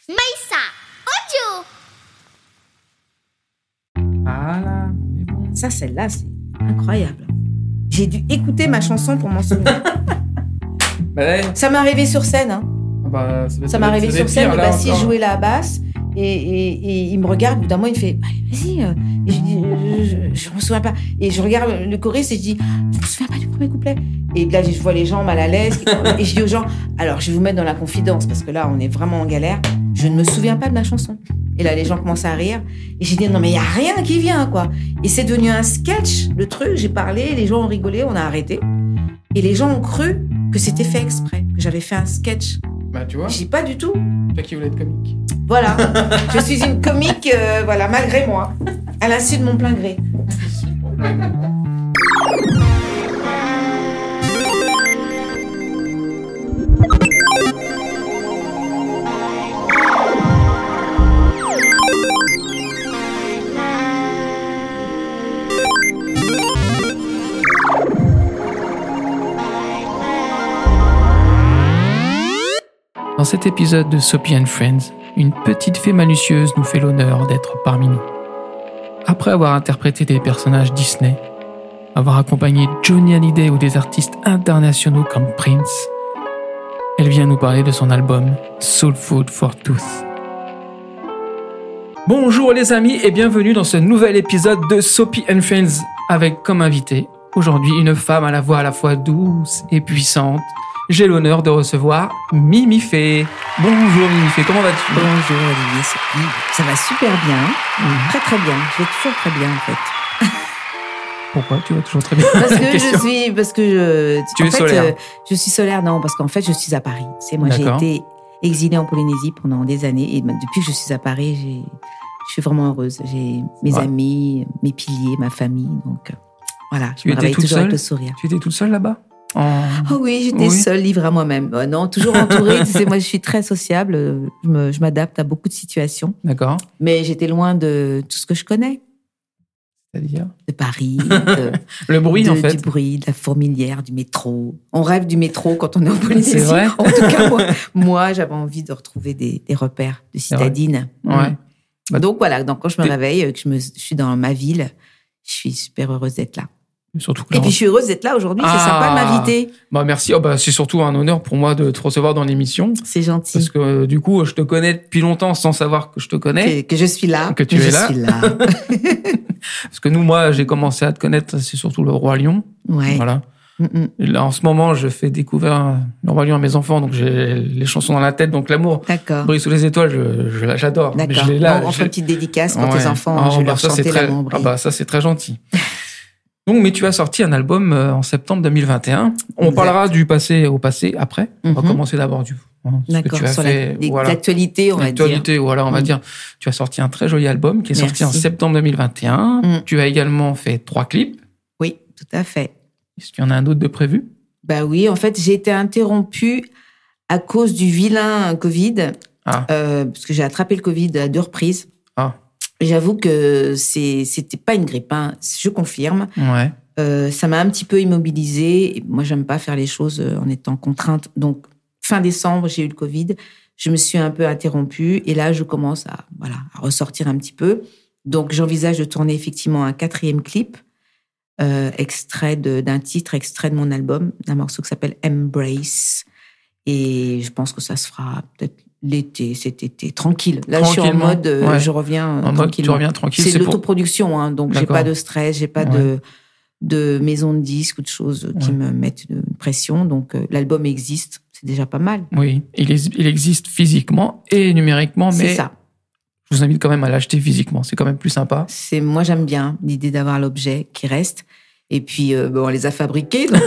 Maïssa Audio. Voilà. Ça, celle-là, c'est incroyable. J'ai dû écouter ma chanson pour m'en souvenir. Ouais. Ça m'est arrivé sur scène. Hein. Bah, Ça m'est arrivé sur scène. Pire, Le là, bassiste encore. jouait la basse et il me regarde. Au bout d'un moment, il fait vas-y. Et je dis je me souviens pas. Et je regarde le choriste et je dis je me souviens pas du premier couplet. Et là, je vois les gens mal à l'aise. Et je dis aux gens alors, je vais vous mettre dans la confidence parce que là, on est vraiment en galère. Je ne me souviens pas de ma chanson. Et là, les gens commencent à rire. Et j'ai dit non, mais il y a rien qui vient, quoi. Et c'est devenu un sketch, le truc. J'ai parlé, les gens ont rigolé, on a arrêté. Et les gens ont cru que c'était fait exprès, que j'avais fait un sketch. Bah, tu vois, Je dis pas du tout. toi qui voulais être comique. Voilà, je suis une comique, voilà, malgré moi, à l'insu de mon plein gré. Dans cet épisode de Soapy & Friends, une petite fée malicieuse nous fait l'honneur d'être parmi nous. Après avoir interprété des personnages Disney, avoir accompagné Johnny Hallyday ou des artistes internationaux comme Prince, elle vient nous parler de son album Soul Food for Tooth. Bonjour les amis et bienvenue dans ce nouvel épisode de Soapy & Friends avec comme invité aujourd'hui une femme à la voix à la fois douce et puissante. J'ai l'honneur de recevoir Mimi Fée. Bonjour Mimi Fée, comment vas-tu ? Bonjour Olivier, ça va super bien, très très bien, je vais toujours très bien en fait. Pourquoi tu vas toujours très bien ? Parce que Tu es solaire. Je suis solaire, non, parce qu'en fait je suis à Paris. C'est moi, D'accord. j'ai été exilée en Polynésie pendant des années et depuis que je suis à Paris, je suis vraiment heureuse. J'ai mes amis, mes piliers, ma famille, donc voilà, je me réveille toujours avec le sourire. Tu étais toute seule là-bas ? Oh oui, j'étais seule, livrée à moi-même. Non, toujours entourée. Tu sais, moi, je suis très sociable. Je m'adapte à beaucoup de situations. D'accord. Mais j'étais loin de tout ce que je connais. C'est-à-dire ? De Paris, Le bruit, en fait. du bruit, de la fourmilière, du métro. On rêve du métro quand on est en Polynésie. C'est vrai ? En tout cas, moi, j'avais envie de retrouver des repères de citadine. Ouais. Donc voilà, donc quand je me réveille, que je suis dans ma ville, je suis super heureuse d'être là. Surtout que Et puis je suis heureuse d'être là aujourd'hui, c'est sympa de m'inviter. Bah merci, c'est surtout un honneur pour moi de te recevoir dans l'émission. C'est gentil. Parce que du coup, je te connais depuis longtemps sans savoir que je te connais. Que je suis là. Que tu es là. Je suis là. Parce que moi, j'ai commencé à te connaître, c'est surtout le Roi Lion. Ouais. Voilà. Et là, en ce moment, je fais découvrir le Roi Lion à mes enfants, donc j'ai les chansons dans la tête, donc l'amour. D'accord. Brille sous les étoiles, j'adore. D'accord. Mais je l'ai là. On fait une petite dédicace pour tes enfants. Je vais leur chanter l'amour brille. Ça, c'est très gentil. Donc, mais tu as sorti un album en septembre 2021. On parlera du passé au passé après. On va commencer d'abord ce que tu as fait. L'actualité, on va dire. L'actualité, voilà, on va dire. Tu as sorti un très joli album qui est sorti en septembre 2021. Tu as également fait 3 clips. Oui, tout à fait. Est-ce qu'il y en a un autre de prévu ? Bah oui, en fait, j'ai été interrompue à cause du vilain Covid. Parce que j'ai attrapé le Covid à 2 reprises. J'avoue que c'était pas une grippe, hein, je confirme. Ouais. Ça m'a un petit peu immobilisée. Moi, j'aime pas faire les choses en étant contrainte. Donc, fin décembre, j'ai eu le Covid. Je me suis un peu interrompue. Et là, je commence à ressortir un petit peu. Donc, j'envisage de tourner effectivement un 4e clip, extrait d'un titre, extrait de mon album, d'un morceau qui s'appelle Embrace. Et je pense que ça se fera peut-être l'été, cet été, tranquille. Là, je suis en mode, je reviens tranquille. Tu reviens tranquille. C'est de l'autoproduction, hein, donc j'ai pas de stress, j'ai pas de maison de disques ou de choses qui me mettent une pression. Donc l'album existe, c'est déjà pas mal. Oui, il existe physiquement et numériquement, mais c'est ça. Je vous invite quand même à l'acheter physiquement, c'est quand même plus sympa. Moi, j'aime bien l'idée d'avoir l'objet qui reste. Et puis, on les a fabriqués, donc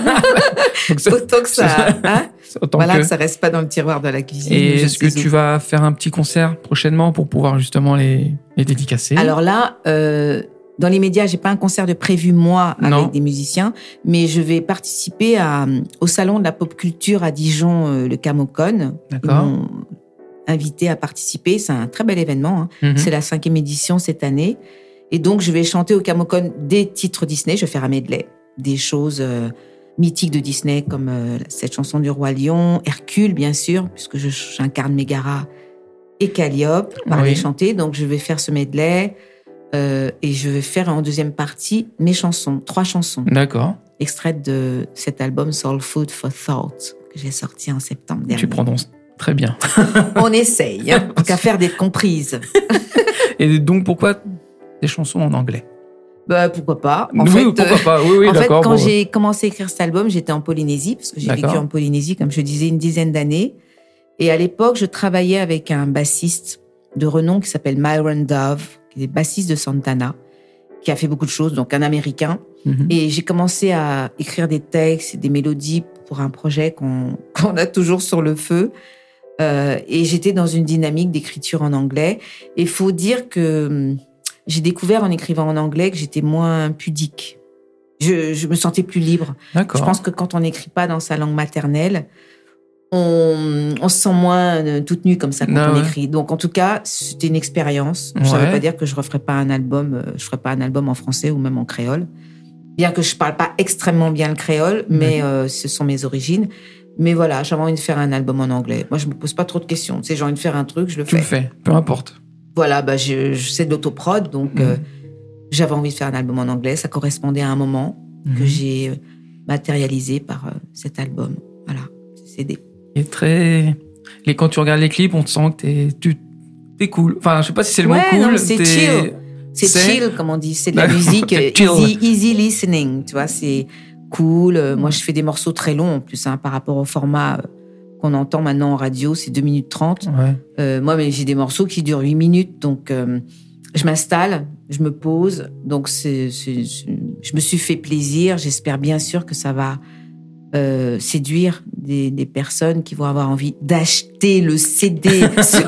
autant que ça, que ça reste pas dans le tiroir de la cuisine. Et est-ce que tu vas faire un petit concert prochainement pour pouvoir justement les dédicacer ? Alors là, dans les médias, j'ai pas un concert de prévu moi avec des musiciens, mais je vais participer au salon de la pop culture à Dijon, le Camocon. D'accord. Ils m'ont invité à participer. C'est un très bel événement. Hein. C'est la 5e édition cette année. Et donc, je vais chanter au Camocon des titres Disney. Je vais faire un medley. Des choses mythiques de Disney, comme cette chanson du Roi Lion, Hercule, bien sûr, puisque j'incarne Mégara et Calliope, parler, Oui. chanter. Donc, je vais faire ce medley et je vais faire en deuxième partie mes chansons, 3 chansons, D'accord. extraites de cet album Soul Food for Thought que j'ai sorti en septembre dernier. Tu prononces très bien. On essaye, hein, qu'à faire d'être comprise. Et donc, pourquoi des chansons en anglais? Bah, pourquoi pas. En Oui, fait, pourquoi pas. Oui, en fait, d'accord. quand bon. j'ai commencé à écrire cet album, j'étais en Polynésie, parce que j'ai D'accord. vécu en Polynésie, comme je disais, une dizaine d'années. Et à l'époque, je travaillais avec un bassiste de renom qui s'appelle Myron Dove, qui est bassiste de Santana, qui a fait beaucoup de choses, donc un Américain. Mhm. Et j'ai commencé à écrire des textes et des mélodies pour un projet qu'on a toujours sur le feu. Et j'étais dans une dynamique d'écriture en anglais. Et il faut dire que j'ai découvert en écrivant en anglais que j'étais moins pudique. Je me sentais plus libre. D'accord. Je pense que quand on n'écrit pas dans sa langue maternelle, on se sent moins toute nue comme ça quand Ah on ouais. écrit. Donc en tout cas, c'était une expérience. Ça ne Ouais. veut pas dire que je referai pas un album, je ferai pas un album en français ou même en créole. Bien que je parle pas extrêmement bien le créole, mais ce sont mes origines. Mais voilà, j'avais envie de faire un album en anglais. Moi, je me pose pas trop de questions. Tu sais, j'ai envie de faire un truc, je le Tu fais. le fais, peu importe. Voilà, bah je sais de l'autoprod, donc j'avais envie de faire un album en anglais. Ça correspondait à un moment que j'ai matérialisé par cet album. Voilà, ce CD. Et quand tu regardes les clips, on te sent que t'es cool. Enfin, je sais pas si c'est le Ouais, mot cool. non, mais c'est t'es- chill. C'est chill, comme on dit. C'est de la D'accord, musique chill. easy listening. Tu vois, c'est cool. Moi, je fais des morceaux très longs en plus, hein, par rapport au format qu'on entend maintenant en radio. C'est 2 minutes 30. Ouais. Moi, mais j'ai des morceaux qui durent 8 minutes. Donc, je m'installe, je me pose. Donc, je me suis fait plaisir. J'espère bien sûr que ça va séduire des personnes qui vont avoir envie d'acheter le CD.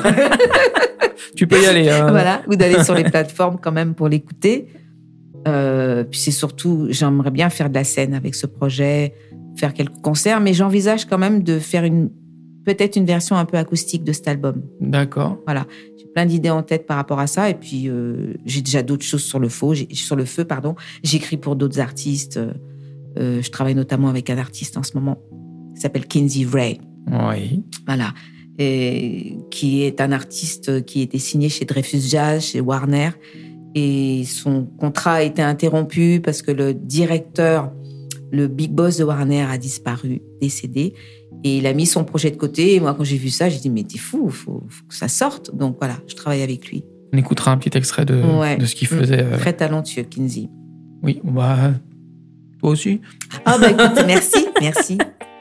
Tu peux y aller. Hein. Voilà, ou d'aller sur les plateformes quand même pour l'écouter. Puis c'est surtout, j'aimerais bien faire de la scène avec ce projet, faire quelques concerts, mais j'envisage quand même de faire peut-être une version un peu acoustique de cet album. D'accord. Voilà, j'ai plein d'idées en tête par rapport à ça, et puis j'ai déjà d'autres choses sur le feu. J'écris pour d'autres artistes. Je travaille notamment avec un artiste en ce moment qui s'appelle Kinsey Ray. Oui. Voilà. Et qui est un artiste qui était signé chez Dreyfus Jazz, chez Warner. Et son contrat a été interrompu parce que le directeur, le big boss de Warner a disparu, décédé. Et il a mis son projet de côté. Et moi, quand j'ai vu ça, j'ai dit, mais t'es fou, faut que ça sorte. Donc voilà, je travaille avec lui. On écoutera un petit extrait de ce qu'il faisait. Très talentueux, Kinsey. Oui, bah, toi aussi. Ah bah écoute, merci.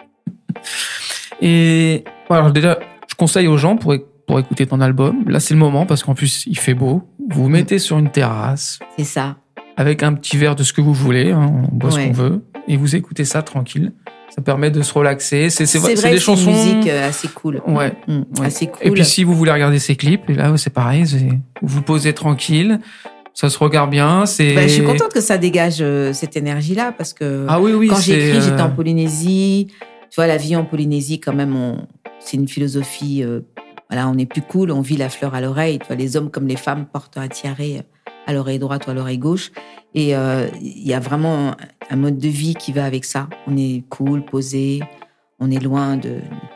Et alors déjà, je conseille aux gens pour écouter ton album. Là, c'est le moment parce qu'en plus, il fait beau. Vous vous mettez sur une terrasse C'est ça. avec un petit verre de ce que vous voulez. Hein, on boit ce qu'on veut. Et vous écoutez ça tranquille. Ça permet de se relaxer. C'est vrai des que chansons. c'est une musique assez cool. Ouais. Ouais. Assez cool. Et puis, si vous voulez regarder ces clips, et là, c'est pareil. Vous vous posez tranquille. Ça se regarde bien. Je suis contente que ça dégage cette énergie-là parce que quand j'ai écrit, j'étais en Polynésie. Tu vois, la vie en Polynésie, quand même, c'est une philosophie. Voilà, on est plus cool, on vit la fleur à l'oreille. Tu vois, les hommes comme les femmes portent un tiare à l'oreille droite ou à l'oreille gauche. Et il y a vraiment un mode de vie qui va avec ça. On est cool, posé. On est loin de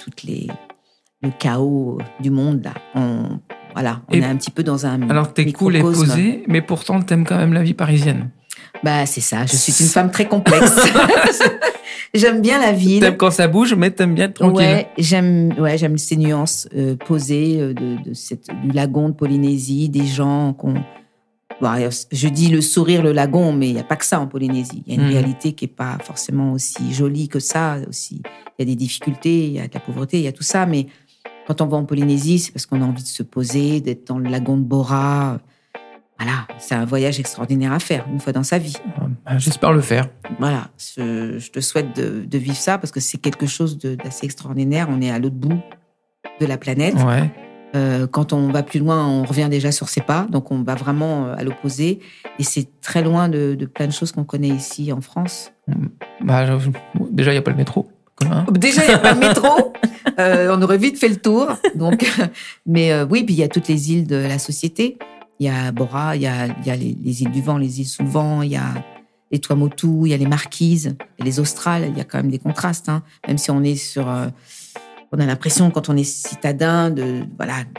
le chaos du monde là. On est un petit peu dans un Alors, t'es cool et posé, mais pourtant, t'aimes quand même la vie parisienne. Bah, c'est ça. Je suis une femme très complexe. J'aime bien la ville. T'aimes quand ça bouge, mais t'aimes bien être tranquille. Ouais, j'aime ces nuances posées du lagon de Polynésie, des gens je dis le sourire, le lagon, mais il n'y a pas que ça en Polynésie. Il y a une réalité qui n'est pas forcément aussi jolie que ça. Aussi, il y a des difficultés, il y a de la pauvreté, il y a tout ça. Mais quand on va en Polynésie, c'est parce qu'on a envie de se poser, d'être dans le lagon de Bora. Voilà, c'est un voyage extraordinaire à faire, une fois dans sa vie. J'espère le faire. Voilà, je te souhaite de vivre ça parce que c'est quelque chose d'assez extraordinaire. On est à l'autre bout de la planète. Ouais. Quand on va plus loin, on revient déjà sur ses pas. Donc, on va vraiment à l'opposé. Et c'est très loin de plein de choses qu'on connaît ici en France. Déjà, il n'y a pas le métro. Déjà, il n'y a pas le métro. On aurait vite fait le tour. Donc, mais oui, puis il y a toutes les îles de la société. Il y a Bora, il y a les îles du vent, les îles sous le vent, il y a les Tuamotu, il y a les Marquises, et les Australes. Il y a quand même des contrastes, hein. Même si on est on a l'impression, quand on est citadin,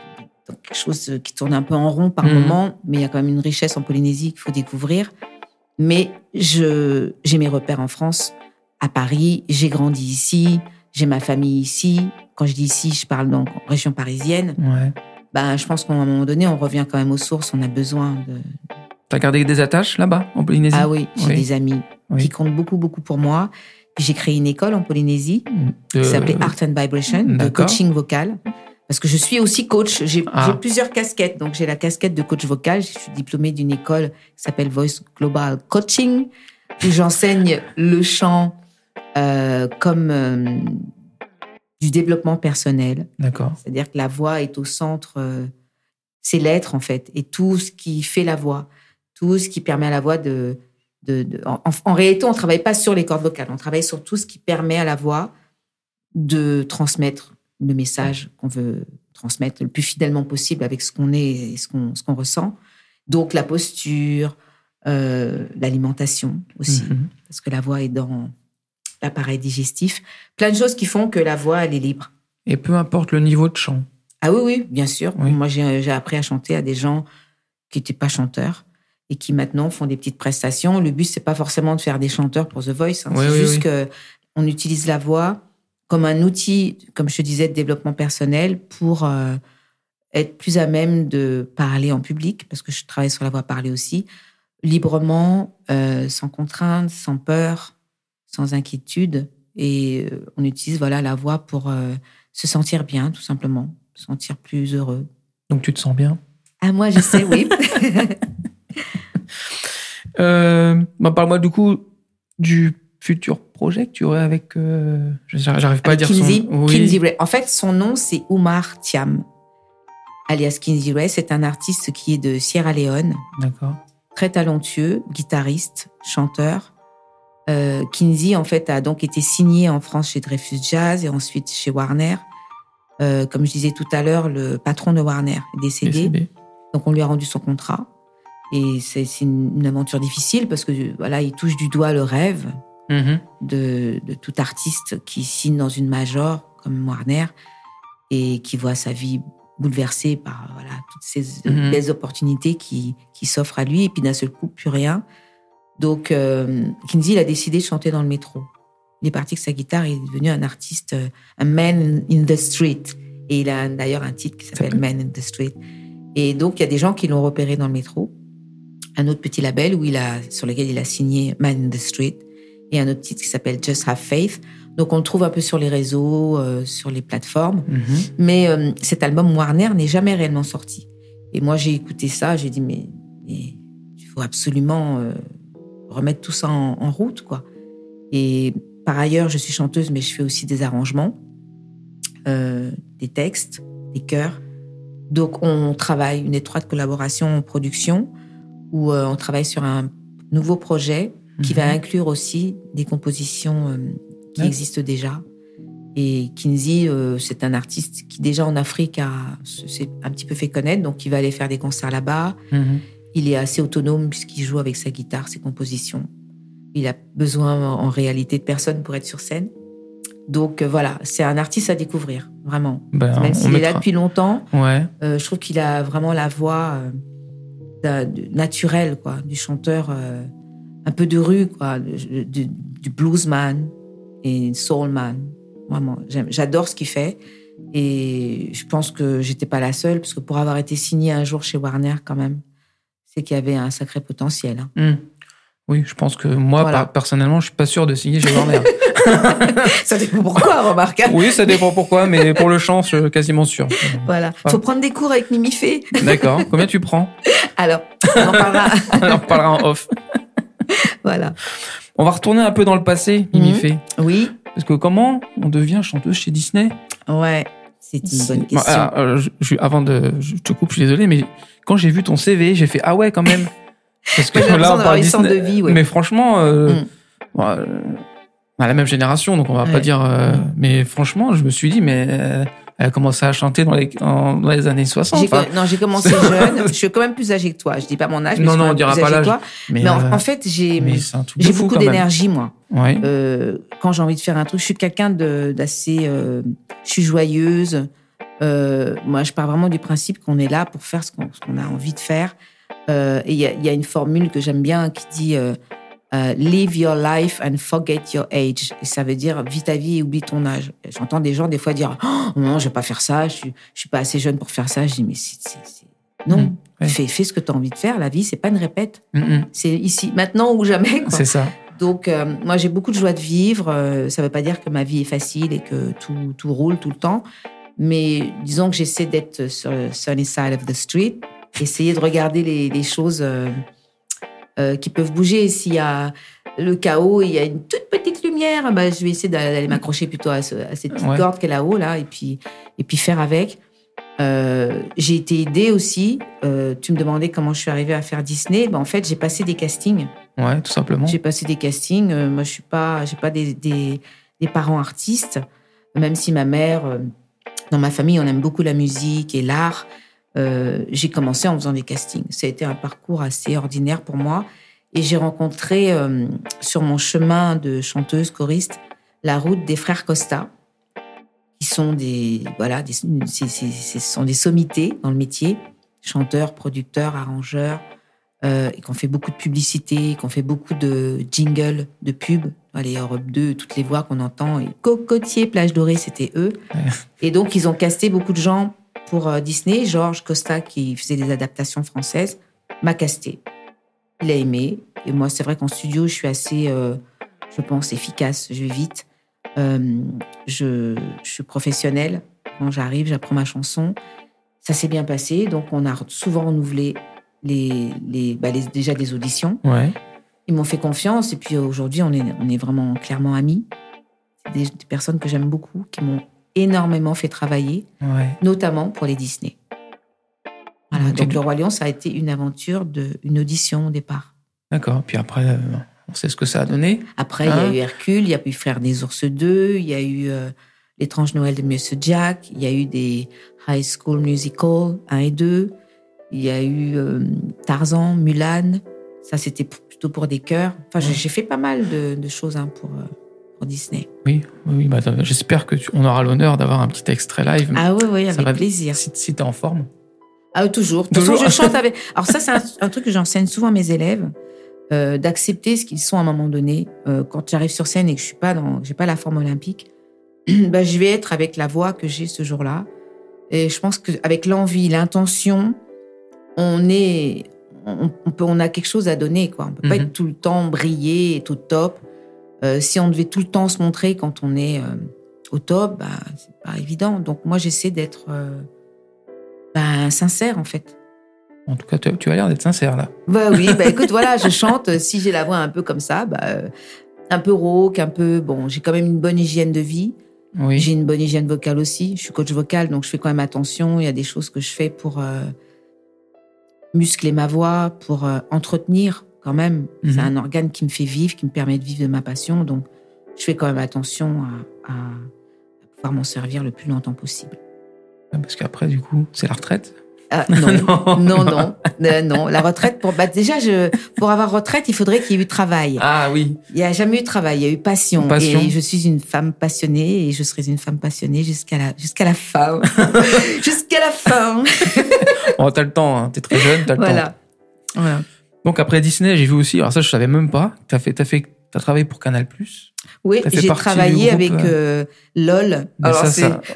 donc quelque chose qui tourne un peu en rond par moment, mais il y a quand même une richesse en Polynésie qu'il faut découvrir. Mais j'ai mes repères en France, à Paris, j'ai grandi ici, j'ai ma famille ici. Quand je dis ici, je parle donc en région parisienne. Ouais. Ben, je pense qu'à un moment donné, on revient quand même aux sources, on a besoin de... T'as gardé des attaches là-bas, en Polynésie? Ah oui, j'ai des amis qui comptent beaucoup, beaucoup pour moi. Puis j'ai créé une école en Polynésie qui s'appelait Art and Vibration, de coaching vocal. Parce que je suis aussi coach. J'ai plusieurs casquettes. Donc, j'ai la casquette de coach vocal. Je suis diplômée d'une école qui s'appelle Voice Global Coaching, où j'enseigne le chant comme du développement personnel. D'accord. C'est-à-dire que la voix est au centre, c'est l'être, en fait. Et tout ce qui fait la voix, tout ce qui permet à la voix en réalité, on ne travaille pas sur les cordes vocales. On travaille sur tout ce qui permet à la voix de transmettre le message qu'on veut transmettre le plus fidèlement possible avec ce qu'on est et ce qu'on ressent. Donc, la posture, l'alimentation aussi, parce que la voix est dans l'appareil digestif. Plein de choses qui font que la voix, elle est libre. Et peu importe le niveau de chant. Ah oui, bien sûr. Oui. Moi, j'ai appris à chanter à des gens qui n'étaient pas chanteurs et qui maintenant font des petites prestations. Le but, c'est pas forcément de faire des chanteurs pour The Voice. C'est juste qu'on utilise la voix comme un outil, comme je te disais, de développement personnel pour être plus à même de parler en public, parce que je travaille sur la voix parlée aussi, librement, sans contrainte, sans peur, sans inquiétude. Et on utilise la voix pour se sentir bien, tout simplement, se sentir plus heureux. Donc tu te sens bien? Ah, moi, je sais, oui. Parle-moi du coup du futur projet que tu aurais avec... j'arrive pas à dire Kinsey, son... Kinsey Ray. En fait, son nom, c'est Oumar Thiam, alias Kinsey Ray. C'est un artiste qui est de Sierra Leone. D'accord. Très talentueux, guitariste, chanteur. Kinsey, en fait, a donc été signé en France chez Dreyfus Jazz et ensuite chez Warner. Comme je disais tout à l'heure, le patron de Warner est décédé. Donc, on lui a rendu son contrat. Et c'est une aventure difficile parce que il touche du doigt le rêve de tout artiste qui signe dans une major comme Warner et qui voit sa vie bouleversée par toutes ces belles opportunités qui s'offrent à lui. Et puis d'un seul coup, plus rien. Donc, Kinsey, il a décidé de chanter dans le métro. Il est parti avec sa guitare et il est devenu un artiste, un man in the street. Et il a d'ailleurs un titre qui s'appelle Man in the Street. Et donc, il y a des gens qui l'ont repéré dans le métro. Un autre petit label sur lequel il a signé Man in the Street. Et un autre titre qui s'appelle Just Have Faith. Donc, on le trouve un peu sur les réseaux, sur les plateformes. Mais cet album Warner n'est jamais réellement sorti. Et moi, j'ai écouté ça, j'ai dit, mais il faut absolument remettre tout ça en route, quoi. Et par ailleurs, je suis chanteuse, mais je fais aussi des arrangements, des textes, des chœurs. Donc, on travaille une étroite collaboration en production où on travaille sur un nouveau projet qui va inclure aussi des compositions qui existent déjà. Et Kinsey, c'est un artiste qui, déjà en Afrique, s'est un petit peu fait connaître. Donc, il va aller faire des concerts là-bas. Il est assez autonome puisqu'il joue avec sa guitare, ses compositions. Il a besoin, en réalité, de personne pour être sur scène. Donc, c'est un artiste à découvrir, vraiment. Même s'il est là depuis longtemps, je trouve qu'il a vraiment la voix naturelle, quoi, du chanteur un peu de rue, quoi, du bluesman et soulman. Vraiment, j'adore ce qu'il fait. Et je pense que j'étais pas la seule, parce que pour avoir été signée un jour chez Warner, quand même, c'est qu'il y avait un sacré potentiel. Oui, je pense que moi, personnellement, je suis pas sûr de signer chez Warner. Ça dépend pourquoi, remarque. Oui, ça dépend pourquoi, mais pour le chant, je suis quasiment sûr. Voilà. Faut prendre des cours avec Mimi Fay. D'accord. Combien tu prends? Alors, on en parlera. On en reparlera en off. Voilà. On va retourner un peu dans le passé, Mimi Fay. Oui. Parce que comment on devient chanteuse chez Disney? Ouais, c'est une bonne question. Je te coupe, je suis désolé, mais quand j'ai vu ton CV, j'ai fait ah ouais, quand même. Parce que là, on parle Disney. De vie, mais franchement, la même génération, donc on va pas dire. Mais franchement, je me suis dit, mais elle a commencé à chanter dans les années 60. J'ai commencé jeune. Je suis quand même plus âgée que toi. Je dis pas mon âge, mais non, on dira pas l'âge. Mais en fait, j'ai beaucoup d'énergie, moi. Ouais. Quand j'ai envie de faire un truc, je suis quelqu'un d'assez. Je suis joyeuse. Moi, je pars vraiment du principe qu'on est là pour faire ce qu'on a envie de faire. Et il y a une formule que j'aime bien qui dit live your life and forget your age. Et ça veut dire vis ta vie et oublie ton âge. J'entends des gens des fois dire non, je vais pas faire ça, je suis pas assez jeune pour faire ça. Je dis mais non, fais ce que tu as envie de faire. La vie, c'est pas une répète. C'est ici, maintenant ou jamais, quoi. C'est ça. Donc, moi, j'ai beaucoup de joie de vivre. Ça veut pas dire que ma vie est facile et que tout roule tout le temps. Mais disons que j'essaie d'être sur le sunny side of the street, essayer de regarder les choses qui peuvent bouger. S'il y a le chaos et il y a une toute petite lumière, je vais essayer d'aller m'accrocher plutôt à cette petite corde qui est là-haut, là, et puis faire avec. J'ai été aidée aussi. Tu me demandais comment je suis arrivée à faire Disney. En fait, j'ai passé des castings. Ouais, tout simplement. j'ai passé des castings. Moi, j'ai pas des parents artistes, même si ma mère... Dans ma famille, on aime beaucoup la musique et l'art. J'ai commencé en faisant des castings. Ça a été un parcours assez ordinaire pour moi. Et j'ai rencontré, sur mon chemin de chanteuse choriste, la route des frères Costa, qui sont ce sont des sommités dans le métier, chanteurs, producteurs, arrangeurs, et qui ont fait beaucoup de publicité, qui ont fait beaucoup de jingles, de pubs. Les Europe 2, toutes les voix qu'on entend, et Cocotier, Plage Dorée, c'était eux. Ouais. Et donc, ils ont casté beaucoup de gens pour Disney. Georges Costa, qui faisait des adaptations françaises, m'a casté. Il a aimé. Et moi, c'est vrai qu'en studio, je suis assez, je pense, efficace. Je vais vite. Je suis professionnelle. Quand j'arrive, j'apprends ma chanson. Ça s'est bien passé. Donc, on a souvent renouvelé déjà des auditions. Ouais. Ils m'ont fait confiance et puis aujourd'hui, on est vraiment clairement amis. C'est des personnes que j'aime beaucoup, qui m'ont énormément fait travailler, notamment pour les Disney. Voilà, donc Le Roi Lion, ça a été une aventure, une audition au départ. D'accord, puis après, on sait ce que ça a donné. Après, il y a eu Hercule, il y a eu Frères des Ours 2, il y a eu L'étrange Noël de Monsieur Jack, il y a eu des High School Musical 1 et 2, il y a eu Tarzan, Mulan, ça c'était plutôt pour des chœurs. Enfin, j'ai fait pas mal de choses pour Disney. Oui, j'espère qu'on aura l'honneur d'avoir un petit extrait live. Ah oui, avec plaisir. Si t'es en forme. Ah, toujours. De toute façon, je chante avec... Alors ça, c'est un truc que j'enseigne souvent à mes élèves, d'accepter ce qu'ils sont à un moment donné. Quand j'arrive sur scène et que j'ai pas la forme olympique, je vais être avec la voix que j'ai ce jour-là. Et je pense qu'avec l'envie, l'intention, on a quelque chose à donner, quoi. On peut pas être tout le temps briller et tout top. Si on devait tout le temps se montrer quand on est au top, c'est pas évident. Donc moi, j'essaie d'être sincère, en fait. En tout cas, tu as l'air d'être sincère, là. Oui, écoute, voilà, je chante. Si j'ai la voix un peu comme ça, un peu rauque, un peu... Bon, j'ai quand même une bonne hygiène de vie. Oui. J'ai une bonne hygiène vocale aussi. Je suis coach vocal, donc je fais quand même attention. Il y a des choses que je fais pour muscler ma voix, pour entretenir quand même. C'est un organe qui me fait vivre, qui me permet de vivre de ma passion. Donc, je fais quand même attention à pouvoir m'en servir le plus longtemps possible. Parce qu'après, du coup, c'est la retraite. Non. La retraite, pour avoir retraite, il faudrait qu'il y ait eu travail. Ah oui. Il n'y a jamais eu de travail, il y a eu passion. Et je suis une femme passionnée et je serai une femme passionnée jusqu'à la fin. Jusqu'à la fin. T'as le temps, hein. T'es très jeune, t'as le temps. Voilà. Donc après Disney, j'ai vu aussi, alors ça je savais même pas, t'as travaillé pour Canal+. Oui, j'ai travaillé avec LOL. Alors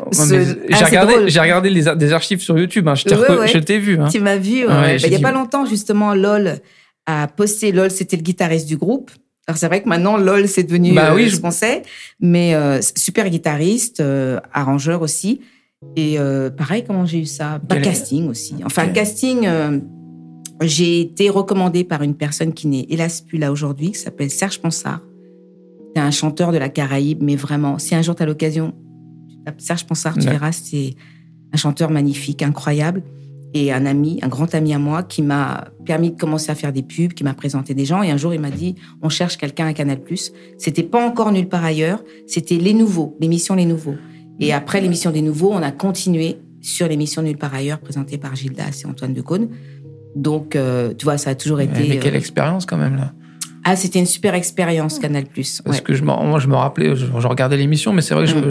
j'ai regardé des archives sur YouTube, hein. Je t'ai vu. Hein. Tu m'as vu. Il y a pas longtemps, justement, LOL a posté. LOL, c'était le guitariste du groupe. Alors c'est vrai que maintenant, LOL, c'est devenu ce qu'on sait. Mais super guitariste, arrangeur aussi. Et pareil, comment j'ai eu ça ? Casting aussi. Enfin, casting... j'ai été recommandée par une personne qui n'est hélas plus là aujourd'hui, qui s'appelle Serge Ponsard. C'est un chanteur de la Caraïbe, mais vraiment, si un jour tu as l'occasion, tu tapes Serge Ponsard, tu verras, c'est un chanteur magnifique, incroyable, et un grand ami à moi qui m'a permis de commencer à faire des pubs, qui m'a présenté des gens, et un jour il m'a dit, on cherche quelqu'un à Canal+. C'était pas encore Nulle part ailleurs, c'était Les Nouveaux, l'émission Les Nouveaux. Et après l'émission des Nouveaux, on a continué sur l'émission Nulle part ailleurs, présentée par Gildas et Antoine Decaune. Donc, tu vois, ça a toujours été... Mais quelle expérience, quand même, là. Ah, c'était une super expérience, Canal+. Parce que moi, je me rappelais, je regardais l'émission, mais c'est vrai que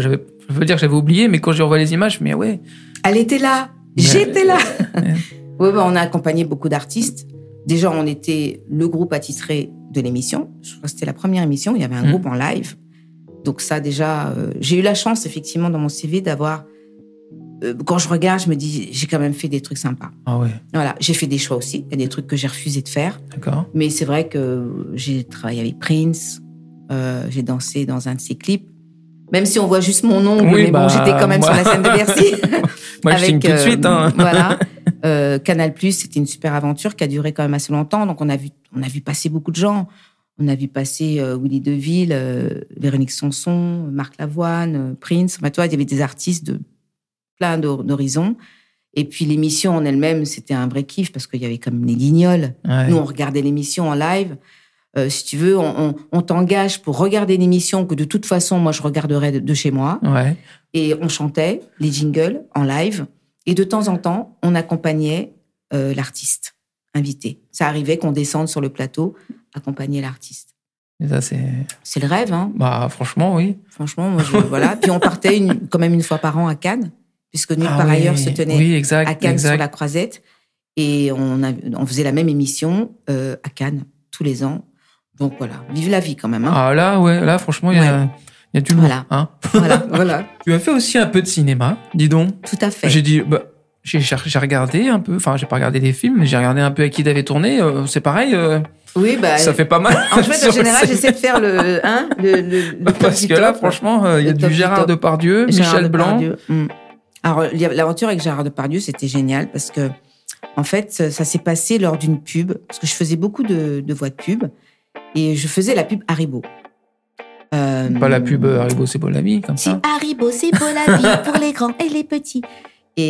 Je veux dire que j'avais oublié, mais quand je revois les images, mais ouais. Elle était là. J'étais là. Oui, on a accompagné beaucoup d'artistes. Déjà, on était le groupe attitré de l'émission. Je crois que c'était la première émission. Il y avait un groupe en live. Donc ça, déjà, j'ai eu la chance, effectivement, dans mon CV, d'avoir... quand je regarde, je me dis, j'ai quand même fait des trucs sympas. Ah ouais. Voilà, j'ai fait des choix aussi. Il y a des trucs que j'ai refusé de faire. D'accord. Mais c'est vrai que j'ai travaillé avec Prince. J'ai dansé dans un de ses clips. Même si on voit juste mon ongle, mais bon, j'étais quand même sur la scène de Bercy. Moi, je signe tout de suite. Hein. Voilà. Canal+, c'était une super aventure qui a duré quand même assez longtemps. Donc, on a vu passer beaucoup de gens. On a vu passer Willy DeVille, Véronique Sanson, Marc Lavoine, Prince. Enfin, toi, il y avait des artistes de plein d'horizons. Et puis, l'émission en elle-même, c'était un vrai kiff parce qu'il y avait comme les Guignols. Ouais. Nous, on regardait l'émission en live. Si tu veux, on t'engage pour regarder une émission que de toute façon, moi, je regarderais de chez moi. Ouais. Et on chantait les jingles en live. Et de temps en temps, on accompagnait l'artiste invité. Ça arrivait qu'on descende sur le plateau, accompagner l'artiste. Et ça, c'est le rêve, hein. Bah, franchement, oui. Franchement, moi, voilà. Puis on partait quand même une fois par an à Cannes, puisque Nulle part ailleurs se tenait à Cannes sur la Croisette. Et on faisait la même émission à Cannes tous les ans. Donc voilà, vive la vie quand même. Hein. Ah là, franchement, il y a du lourd. Voilà. Hein. voilà. Tu as fait aussi un peu de cinéma, dis donc. Tout à fait. J'ai dit, j'ai regardé un peu, enfin, j'ai pas regardé des films, mais j'ai regardé un peu à qui t'avais tourné. C'est pareil. Oui, ça fait pas mal. En fait, en général, j'essaie de faire le parce que là, franchement, il y a du Gérard Depardieu, Michel Blanc. Alors, l'aventure avec Gérard Depardieu, c'était génial parce que, en fait, ça s'est passé lors d'une pub, parce que je faisais beaucoup de voix de pub. Et je faisais la pub Haribo. Pas la pub Haribo, c'est beau la vie, comme ça. Si Haribo, c'est beau la vie pour les grands et les petits. Et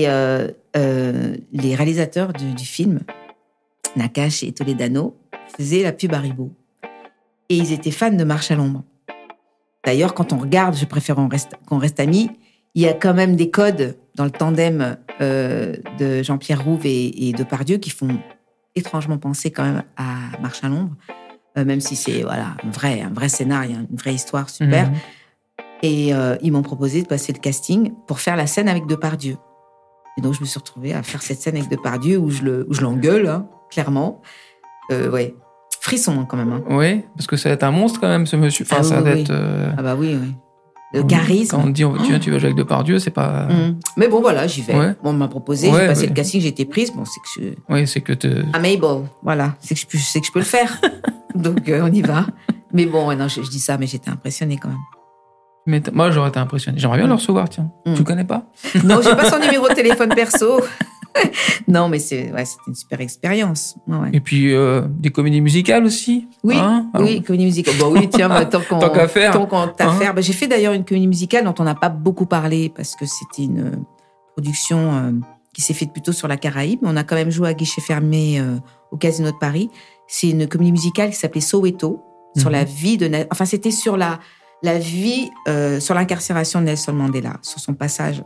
les réalisateurs du film, Nakache et Toledano, faisaient la pub Haribo. Et ils étaient fans de Marche à l'ombre. D'ailleurs, quand on regarde, je préfère qu'on reste amis, il y a quand même des codes dans le tandem de Jean-Pierre Rouve et Depardieu qui font étrangement penser quand même à Marche à l'ombre. Même si c'est un vrai scénario, une vraie histoire super. Et ils m'ont proposé de passer le casting pour faire la scène avec Depardieu. Et donc, je me suis retrouvée à faire cette scène avec Depardieu où je l'engueule, hein, clairement. Frisson quand même. Hein. Oui, parce que ça va être un monstre quand même, ce monsieur. Enfin, ça va être... Ah bah oui. Le charisme. Quand on dit, tu vas jouer avec Depardieu, c'est pas... Mais bon, voilà, j'y vais. Ouais. Bon, on m'a proposé, j'ai passé le casting, j'ai été prise. Bon, c'est que je... Oui, c'est que I'm able. Voilà, c'est que je peux le faire. Donc, on y va. Mais bon, non, je dis ça, mais j'étais impressionnée quand même. Mais moi, j'aurais été impressionnée. J'aimerais bien le recevoir, tiens. Tu le connais pas? Non, j'ai pas son numéro de téléphone perso. Non, mais c'était une super expérience. Ouais. Et puis, des comédies musicales aussi? Oui, oui, comédie musicale. Bon, oui, tiens, tant qu'à faire. Tant qu'on t'a faire. J'ai fait d'ailleurs une comédie musicale dont on n'a pas beaucoup parlé parce que c'était une production qui s'est faite plutôt sur la Caraïbe. On a quand même joué à guichet fermé au Casino de Paris. C'est une comédie musicale qui s'appelait Soweto, sur la vie de... Enfin, c'était sur la vie, sur l'incarcération de Nelson Mandela, sur son passage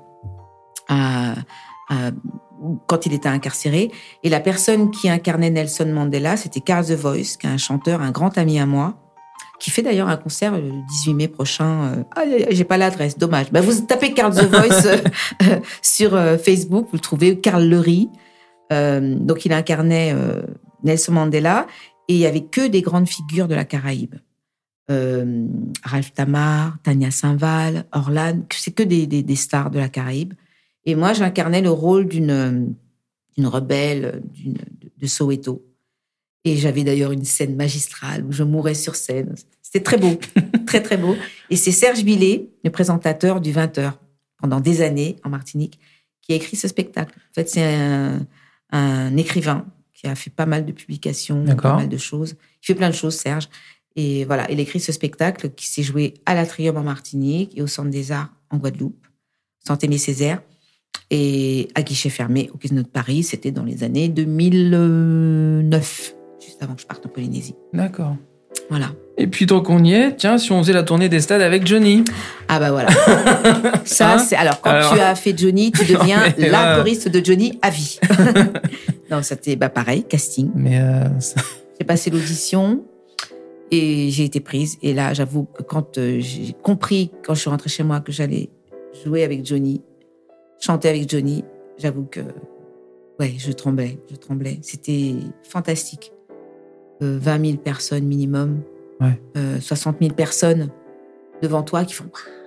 quand il était incarcéré. Et la personne qui incarnait Nelson Mandela, c'était Carl The Voice, qui est un chanteur, un grand ami à moi, qui fait d'ailleurs un concert le 18 mai prochain. J'ai pas l'adresse, dommage. Vous tapez Carl The Voice sur Facebook, vous le trouvez, Carl Lery. Donc, il incarnait Nelson Mandela et il y avait que des grandes figures de la Caraïbe. Ralph Tamar, Tania Saint-Val, Orlan, c'est que des stars de la Caraïbe. Et moi, j'incarnais le rôle d'une rebelle de Soweto. Et j'avais d'ailleurs une scène magistrale où je mourais sur scène. C'était très beau, très, très beau. Et c'est Serge Billet, le présentateur du 20h, pendant des années en Martinique, qui a écrit ce spectacle. En fait, c'est un écrivain qui a fait pas mal de publications, pas mal de choses. Il fait plein de choses, Serge. Et voilà, il a écrit ce spectacle qui s'est joué à l'Atrium en Martinique et au Centre des Arts en Guadeloupe, Centre Aimé Césaire. Et à guichet fermé au Casino de Paris, c'était dans les années 2009, juste avant que je parte en Polynésie. D'accord. Voilà. Et puis, tant qu'on y est, tiens, si on faisait la tournée des stades avec Johnny. Ah bah voilà. Ça, c'est... Alors, quand tu as fait Johnny, tu deviens la choriste de Johnny à vie. Non, c'était pareil, casting. Mais J'ai passé l'audition et j'ai été prise. Et là, j'avoue que quand j'ai compris, quand je suis rentrée chez moi, que j'allais jouer avec Johnny, chanter avec Johnny, j'avoue que ouais, je tremblais. C'était fantastique. 20 000 personnes minimum, 60 000 personnes devant toi qui font...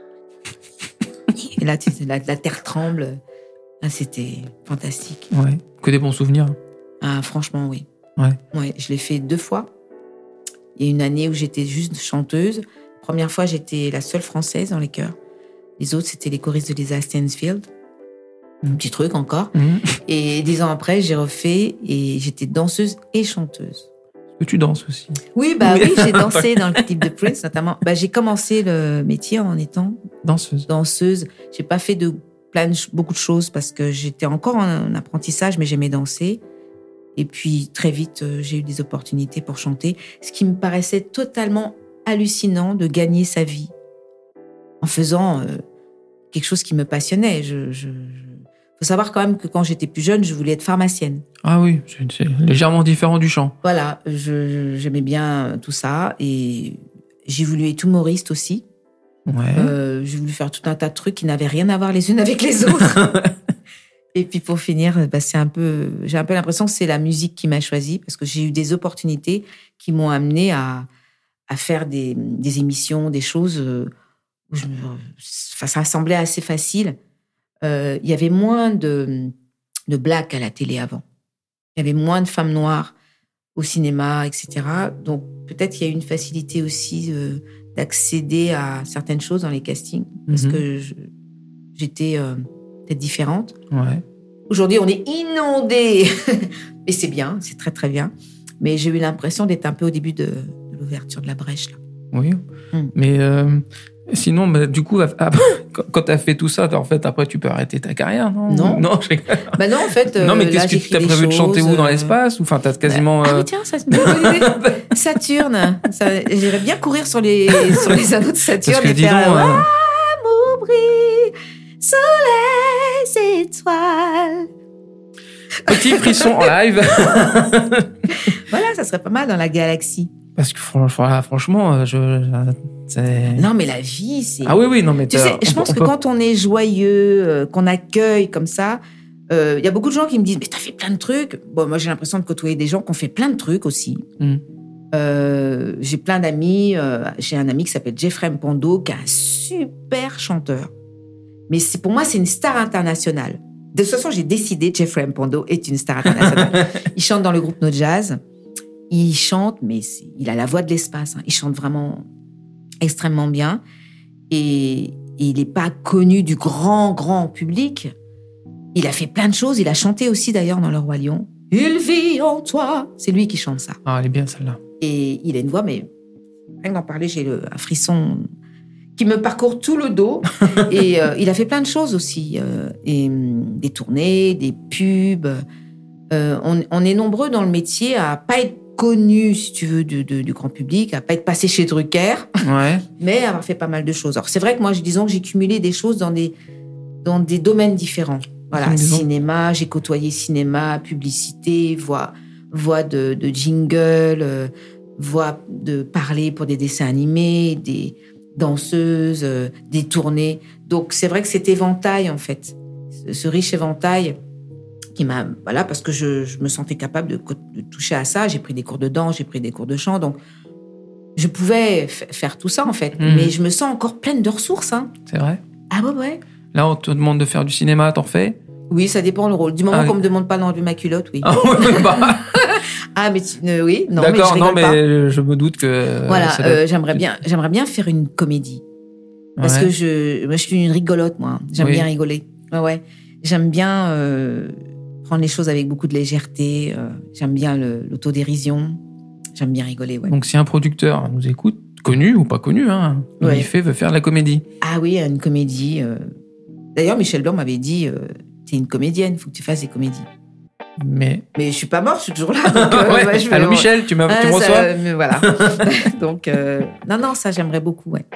Et là, la terre tremble. Ah, c'était fantastique. Ouais. Que des bons souvenirs. Ah, franchement, oui. Ouais. Je l'ai fait 2 fois. Il y a une année où j'étais juste chanteuse. Première fois, j'étais la seule française dans les chœurs. Les autres, c'était les choristes de Lisa Stansfield. Un petit truc encore. Et 10 ans après, j'ai refait et j'étais danseuse et chanteuse. Que tu danses aussi. Oui, j'ai dansé dans le clip de Prince, notamment. J'ai commencé le métier en étant danseuse. J'ai pas fait beaucoup de choses parce que j'étais encore en apprentissage, mais j'aimais danser. Et puis, très vite, j'ai eu des opportunités pour chanter. Ce qui me paraissait totalement hallucinant de gagner sa vie en faisant quelque chose qui me passionnait. Faut savoir quand même que quand j'étais plus jeune, je voulais être pharmacienne. Ah oui, c'est légèrement différent du chant. Voilà, j'aimais bien tout ça et j'ai voulu être humoriste aussi. Ouais. J'ai voulu faire tout un tas de trucs qui n'avaient rien à voir les unes avec les autres. Et puis pour finir, j'ai un peu l'impression que c'est la musique qui m'a choisie parce que j'ai eu des opportunités qui m'ont amenée à faire des émissions, des choses où ça semblait assez facile. Il y avait moins de blacks à la télé avant. Il y avait moins de femmes noires au cinéma, etc. Donc, peut-être qu'il y a eu une facilité aussi d'accéder à certaines choses dans les castings parce que j'étais peut-être différente. Ouais. Aujourd'hui, on est inondés. Et c'est bien, c'est très, très bien. Mais j'ai eu l'impression d'être un peu au début de l'ouverture de la brèche, là. Oui. Mais sinon, du coup, quand tu as fait tout ça, en fait, après, tu peux arrêter ta carrière, non? Non. Non, je rigole. Non, en fait. Non, mais qu'est-ce que tu as prévu de chanter où dans l'espace? Ou enfin, t'as quasiment. Ah, mais tiens, ça c'est une bonne idée. Saturne. J'irais bien courir sur les anneaux de Saturne Parce que et dis faire. donc, Amour brille, soleil, étoiles. Petit frisson en live. Voilà, ça serait pas mal dans la galaxie. Parce que franchement, c'est... Non, mais la vie, c'est... Ah oui, non, mais... Tu sais, je pense que quand on est joyeux, qu'on accueille comme ça, il y a beaucoup de gens qui me disent « Mais t'as fait plein de trucs !» Bon, moi, j'ai l'impression de côtoyer des gens qui ont fait plein de trucs aussi. J'ai plein d'amis. J'ai un ami qui s'appelle Jeffrey Mpando, qui est un super chanteur. Mais pour moi, c'est une star internationale. De toute façon, j'ai décidé, Jeffrey Mpando est une star internationale. Il chante dans le groupe No Jazz. Il chante, mais il a la voix de l'espace. Il chante vraiment extrêmement bien. Et il n'est pas connu du grand public. Il a fait plein de choses. Il a chanté aussi, d'ailleurs, dans Le Roi Lion. « Il vit en toi ». C'est lui qui chante ça. Ah, elle est bien, celle-là. Et il a une voix, mais rien que d'en parler, j'ai un frisson qui me parcourt tout le dos. Et il a fait plein de choses aussi. Et des tournées, des pubs. On est nombreux dans le métier à pas être connus, si tu veux, du grand public, à pas être passé chez Drucker, mais à avoir fait pas mal de choses. Alors, c'est vrai que moi, disons que j'ai cumulé des choses dans des domaines différents. Voilà, cinéma, j'ai côtoyé cinéma, publicité, voix de jingle, voix de parler pour des dessins animés, des danseuses, des tournées. Donc, c'est vrai que cet éventail, en fait, ce riche éventail qui m'a... Voilà, parce que je me sentais capable de toucher à ça. J'ai pris des cours de danse, j'ai pris des cours de chant, donc je pouvais faire tout ça, en fait. Mais je me sens encore pleine de ressources. Hein. C'est vrai? Ah ouais. Là, on te demande de faire du cinéma, t'en fais? Oui, ça dépend le rôle. Du moment qu'on me demande pas d'enlever ma culotte, oui. Ah, mais oui, non, d'accord, mais non, mais pas. je me doute que... Voilà, j'aimerais bien faire une comédie. Parce que je suis une rigolote, moi. J'aime bien rigoler. Ouais. J'aime bien prendre les choses avec beaucoup de légèreté. J'aime bien l'autodérision. J'aime bien rigoler, ouais. Donc, si un producteur nous écoute, connu ou pas connu, hein, veut faire de la comédie. Ah oui, une comédie. D'ailleurs, Michel Blanc m'avait dit, t'es une comédienne, faut que tu fasses des comédies. Mais je suis pas morte, je suis toujours là. Donc, allô Michel, tu me reçois? Voilà. Donc, non, ça j'aimerais beaucoup, ouais.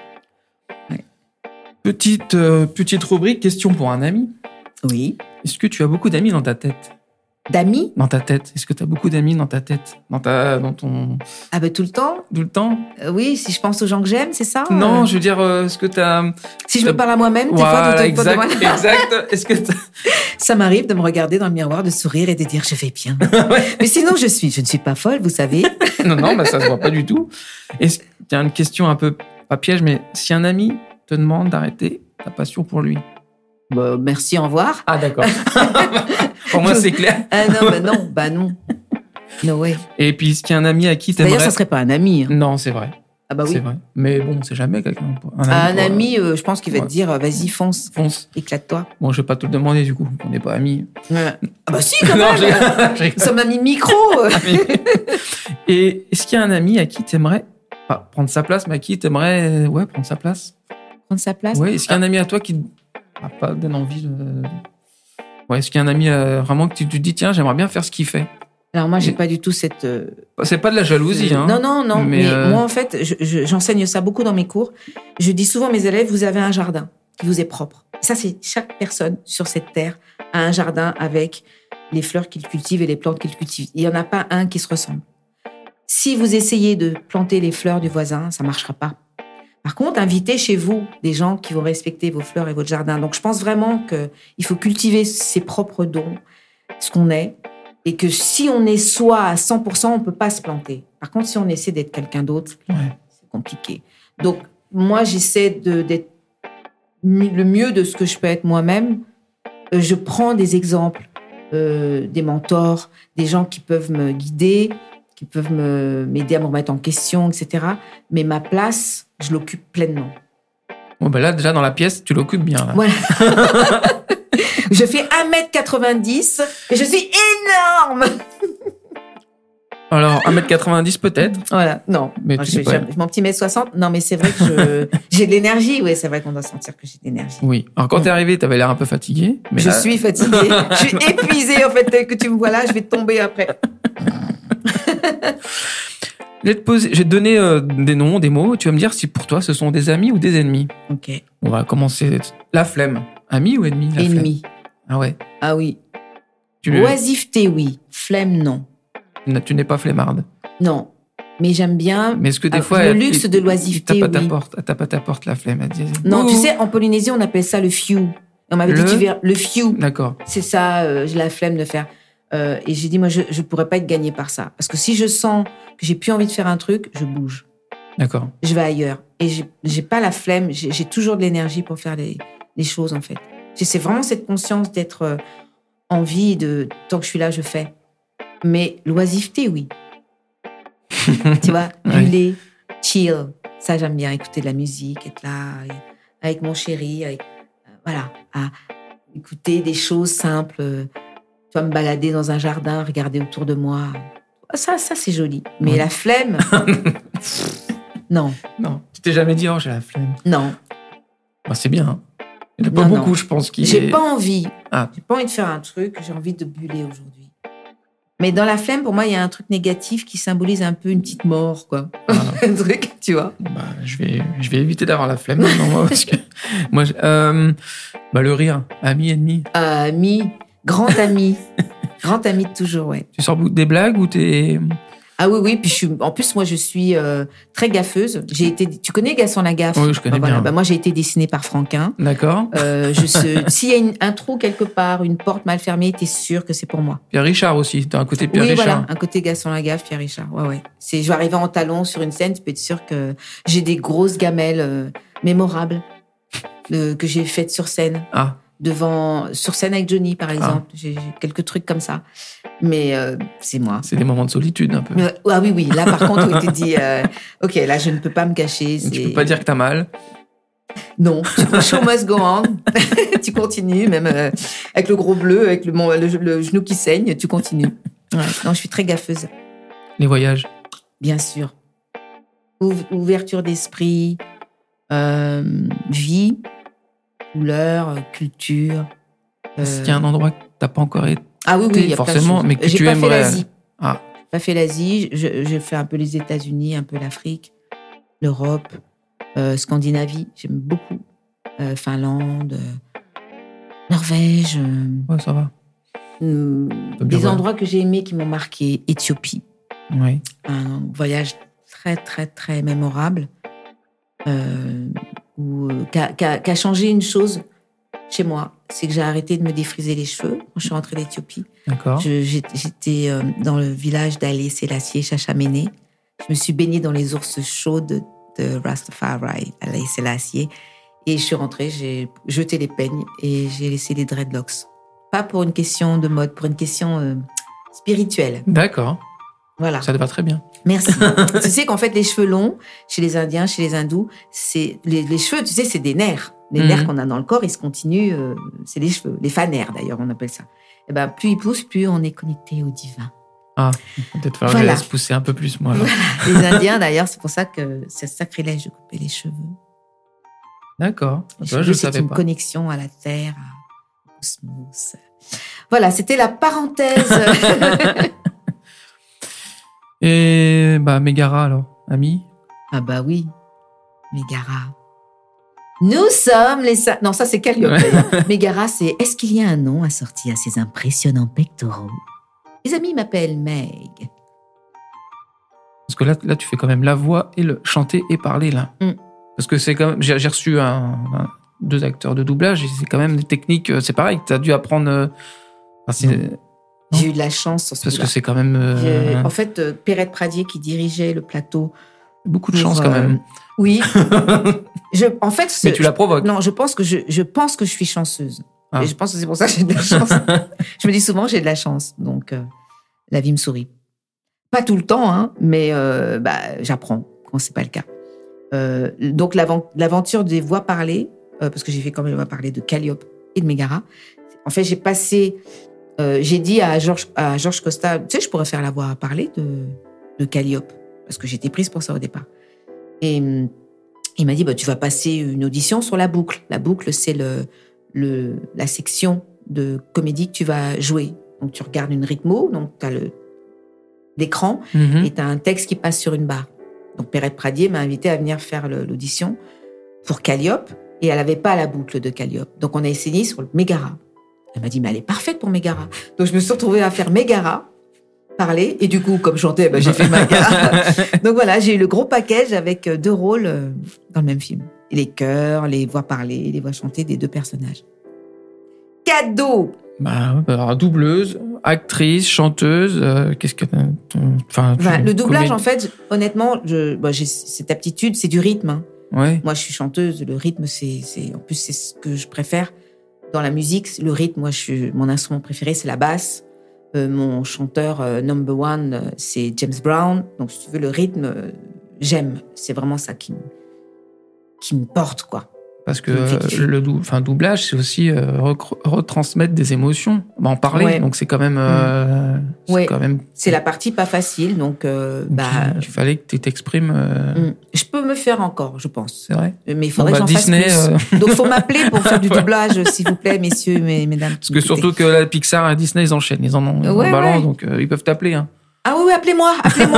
Petite rubrique, question pour un ami. Oui. Est-ce que tu as beaucoup d'amis dans ta tête? D'amis? Dans ta tête. Est-ce que tu as beaucoup d'amis dans ta tête? Dans ton... Ah ben tout le temps. Tout le temps? Oui, si je pense aux gens que j'aime, c'est ça? Non, je veux dire, est-ce que tu as... Si je me parle à moi-même, des Voilà, fois, exact. Est-ce que ça m'arrive de me regarder dans le miroir, de sourire et de dire je vais bien. Mais sinon, je ne suis pas folle, vous savez. Non, bah, ça se voit pas du tout. Est-ce qu'il y a une question un peu, pas piège, mais si un ami te demande d'arrêter ta passion pour lui? Bah, merci, au revoir. Ah, d'accord. Pour moi, c'est clair. Ah non, non. No way. Et puis, est-ce qu'il y a un ami à qui t'aimerais... D'ailleurs, ça serait pas un ami. Hein. Non, c'est vrai. Ah bah oui. C'est vrai. Mais bon, c'est jamais quelqu'un. Un ami, je pense qu'il va te dire, vas-y, fonce. Fonce. Éclate-toi. Bon, je vais pas te le demander, du coup. On n'est pas amis. Ah bah si, quand même. Nous sommes amis micro. Et est-ce qu'il y a un ami à qui t'aimerais pas prendre sa place, mais à qui t'aimerais prendre sa place? Prendre sa place? Ouais, est-ce qu'il y a un ami à toi qui n'a pas donné envie de... Ouais, est-ce qu'il y a un ami vraiment que tu te dis, tiens, j'aimerais bien faire ce qu'il fait? Alors moi, j'ai pas du tout cette... C'est pas de la jalousie, hein. Non. Mais moi, en fait, j'enseigne ça beaucoup dans mes cours. Je dis souvent à mes élèves, vous avez un jardin qui vous est propre. Ça, c'est chaque personne sur cette terre a un jardin avec les fleurs qu'il cultive et les plantes qu'il cultive. Il y en a pas un qui se ressemble. Si vous essayez de planter les fleurs du voisin, ça marchera pas. Par contre, invitez chez vous des gens qui vont respecter vos fleurs et votre jardin. Donc, je pense vraiment qu'il faut cultiver ses propres dons, ce qu'on est, et que si on est soi à 100%, on peut pas se planter. Par contre, si on essaie d'être quelqu'un d'autre, c'est compliqué. Donc, moi, j'essaie d'être le mieux de ce que je peux être moi-même. Je prends des exemples, des mentors, des gens qui peuvent me guider, qui peuvent m'aider à me remettre en question, etc. Mais ma place, je l'occupe pleinement. Bon, ben là, déjà, dans la pièce, tu l'occupes bien. Là. Voilà. Je fais 1m90 et je suis énorme. Alors, 1m90 peut-être. Voilà, non. Mais moi, mon petit 1m60, non, mais c'est vrai que j'ai de l'énergie. Oui, c'est vrai qu'on doit sentir que j'ai de l'énergie. Oui. Alors, quand t'es arrivé, t'avais l'air un peu fatigué. Mais je suis fatiguée. Je suis épuisée, en fait. Tel que tu me vois là, je vais tomber après. Je vais te donner des noms, des mots. Tu vas me dire si pour toi, ce sont des amis ou des ennemis. Ok. On va commencer. La flemme. Ami ou ennemi? Ennemi. Ah ouais. Ah oui. Oisiveté, oui. Flemme, non. Tu n'es pas flemmarde. Non. Mais j'aime bien. Mais est-ce que des fois. Le luxe de l'oisiveté, oui. T'as pas ta porte, la flemme. Elle disait, non, tu sais, en Polynésie, on appelle ça le few. On m'avait dit le few. D'accord. C'est ça, j'ai la flemme de faire. Et j'ai dit, moi, je pourrais pas être gagnée par ça. Parce que si je sens que j'ai plus envie de faire un truc, je bouge. D'accord. Je vais ailleurs. Et j'ai pas la flemme. J'ai toujours de l'énergie pour faire les choses, en fait. C'est vraiment cette conscience d'être en vie, tant que je suis là, je fais. Mais l'oisiveté, oui. Tu vois, buller, chill. Ça, j'aime bien écouter de la musique, être là, avec mon chéri, voilà, à écouter des choses simples. Tu vois, me balader dans un jardin, regarder autour de moi. Ça c'est joli. Mais la flemme, non. Non. Tu t'es jamais dit, oh, j'ai la flemme. Non. Bah, c'est bien. Hein. Il n'y en a pas beaucoup, je pense. J'ai pas envie. Ah. J'ai pas envie de faire un truc. J'ai envie de buller aujourd'hui. Mais dans la flemme, pour moi, il y a un truc négatif qui symbolise un peu une petite mort, quoi. Ah. Un truc, tu vois. Bah, je vais éviter d'avoir la flemme maintenant, moi, parce que moi, le rire, ami, ennemi. Ami, grand ami. Grand ami de toujours, ouais. Tu sors des blagues ou t'es... Ah oui, puis en plus, moi, je suis très gaffeuse. Tu connais Gaston Lagaffe? Oui, je connais bien. Moi, j'ai été dessinée par Franquin. D'accord. S'il y a un trou quelque part, une porte mal fermée, t'es sûr que c'est pour moi. Pierre Richard aussi. T'as un côté Pierre Richard. Oui, voilà, un côté Gaston Lagaffe, Pierre Richard. Ouais. Je vais arriver en talons sur une scène, tu peux être sûr que j'ai des grosses gamelles mémorables que j'ai faites sur scène. Ah. Sur scène avec Johnny, par exemple. J'ai quelques trucs comme ça. Mais c'est moi. C'est des moments de solitude, un peu. Ah oui. Là, par contre, où tu te dis, OK, là, je ne peux pas me cacher. Tu peux pas dire que t'as mal. Non. Show must go on. Tu continues, même avec le gros bleu, avec le genou qui saigne, tu continues. Ouais. Non, je suis très gaffeuse. Les voyages. Bien sûr. Ouverture d'esprit, vie, couleur, culture. Est-ce qu'il y a un endroit que t'as pas encore été? Ah oui, il y a forcément, mais que tu aimerais. J'ai pas fait l'Asie. Ah. J'ai pas fait l'Asie. J'ai fait un peu les États-Unis, un peu l'Afrique, l'Europe, Scandinavie. J'aime beaucoup. Finlande, Norvège. Ouais, ça va. Des endroits que j'ai aimés, qui m'ont marqué. Éthiopie. Oui. Un voyage très, très, très mémorable. Qui a changé une chose chez moi. C'est que j'ai arrêté de me défriser les cheveux quand je suis rentrée d'Éthiopie. D'accord. J'étais dans le village d'Haïlé Sélassié, Chachamene. Je me suis baignée dans les ours chaudes de Rastafari, Haïlé Sélassié. Et je suis rentrée, j'ai jeté les peignes et j'ai laissé les dreadlocks. Pas pour une question de mode, pour une question spirituelle. D'accord. Voilà. Ça te va très bien. Merci. Tu sais qu'en fait, les cheveux longs, chez les Indiens, chez les Hindous, c'est les cheveux, tu sais, c'est des nerfs. Les nerfs qu'on a dans le corps, ils se continuent, c'est les cheveux. Les fanères, d'ailleurs, on appelle ça. Et ben, plus ils poussent, plus on est connecté au divin. Ah, peut-être falloir que je laisse pousser un peu plus, moi. Voilà. Les Indiens, d'ailleurs, c'est pour ça que c'est sacrilège de couper les cheveux. D'accord. Je ne savais pas. C'est une connexion à la terre, au cosmos. Voilà, c'était la parenthèse. Et Mégara, alors, ami? Ah bah oui, Mégara. Nous sommes les... Non, ça c'est Calliope. Ouais. Mégara, c'est « Est-ce qu'il y a un nom assorti à ces impressionnants pectoraux ?» Les amis m'appellent Meg. Parce que là, tu fais quand même la voix et le chanter et parler, là. Parce que c'est quand même... J'ai reçu 2 acteurs de doublage et c'est quand même des techniques... C'est pareil, tu as dû apprendre... J'ai eu de la chance sur ce Parce que c'est quand même... En fait, Perrette Pradier qui dirigeait le plateau... Beaucoup de chance quand même. Oui. En fait, mais tu la provoques. Non, je pense que je suis chanceuse. Et je pense que c'est pour ça que j'ai de la chance. Je me dis souvent j'ai de la chance. Donc, la vie me sourit. Pas tout le temps, hein, mais j'apprends quand c'est pas le cas. Donc, l'aventure des voix parlées, parce que j'ai fait quand même les voix parlées de Calliope et de Mégara. En fait, j'ai dit à Georges Costa, tu sais, je pourrais faire la voix parlée de Calliope, parce que j'étais prise pour ça au départ. Et il m'a dit, tu vas passer une audition sur la boucle. La boucle, c'est la section de comédie que tu vas jouer. Donc, tu regardes une rythmo, donc tu as l'écran, et tu as un texte qui passe sur une barre. Donc, Perrette Pradier m'a invité à venir faire l'audition pour Calliope, et elle n'avait pas la boucle de Calliope. Donc, on a essayé sur le Mégara. Elle m'a dit, mais elle est parfaite pour Mégara. Donc, je me suis retrouvée à faire Mégara, parler, et du coup, comme je chantais, j'ai fait Mégara. Donc voilà, j'ai eu le gros package avec 2 rôles dans le même film. Et les chœurs, les voix parlées, les voix chantées des 2 personnages. Cadeau! Alors, doubleuse, actrice, chanteuse, qu'est-ce que... le doublage, en fait, honnêtement, j'ai cette aptitude, c'est du rythme. Hein. Ouais. Moi, je suis chanteuse, le rythme, en plus, c'est ce que je préfère. Dans la musique, le rythme, mon instrument préféré, c'est la basse. Mon chanteur number one, c'est James Brown. Donc, si tu veux, le rythme, j'aime. C'est vraiment ça qui me porte, quoi. Parce que le doublage, c'est aussi retransmettre des émotions, en parler. Ouais. Donc, c'est quand même... C'est la partie pas facile. Donc, il fallait que tu t'exprimes... Je peux me faire encore, je pense. C'est vrai. Mais il faudrait que j'en Disney, fasse plus. Donc, il faut m'appeler pour faire du doublage, s'il vous plaît, messieurs, mesdames. Parce que surtout que la Pixar et Disney, ils enchaînent. Ils en ont en balance, donc ils peuvent t'appeler. Hein. Ah oui, appelez-moi.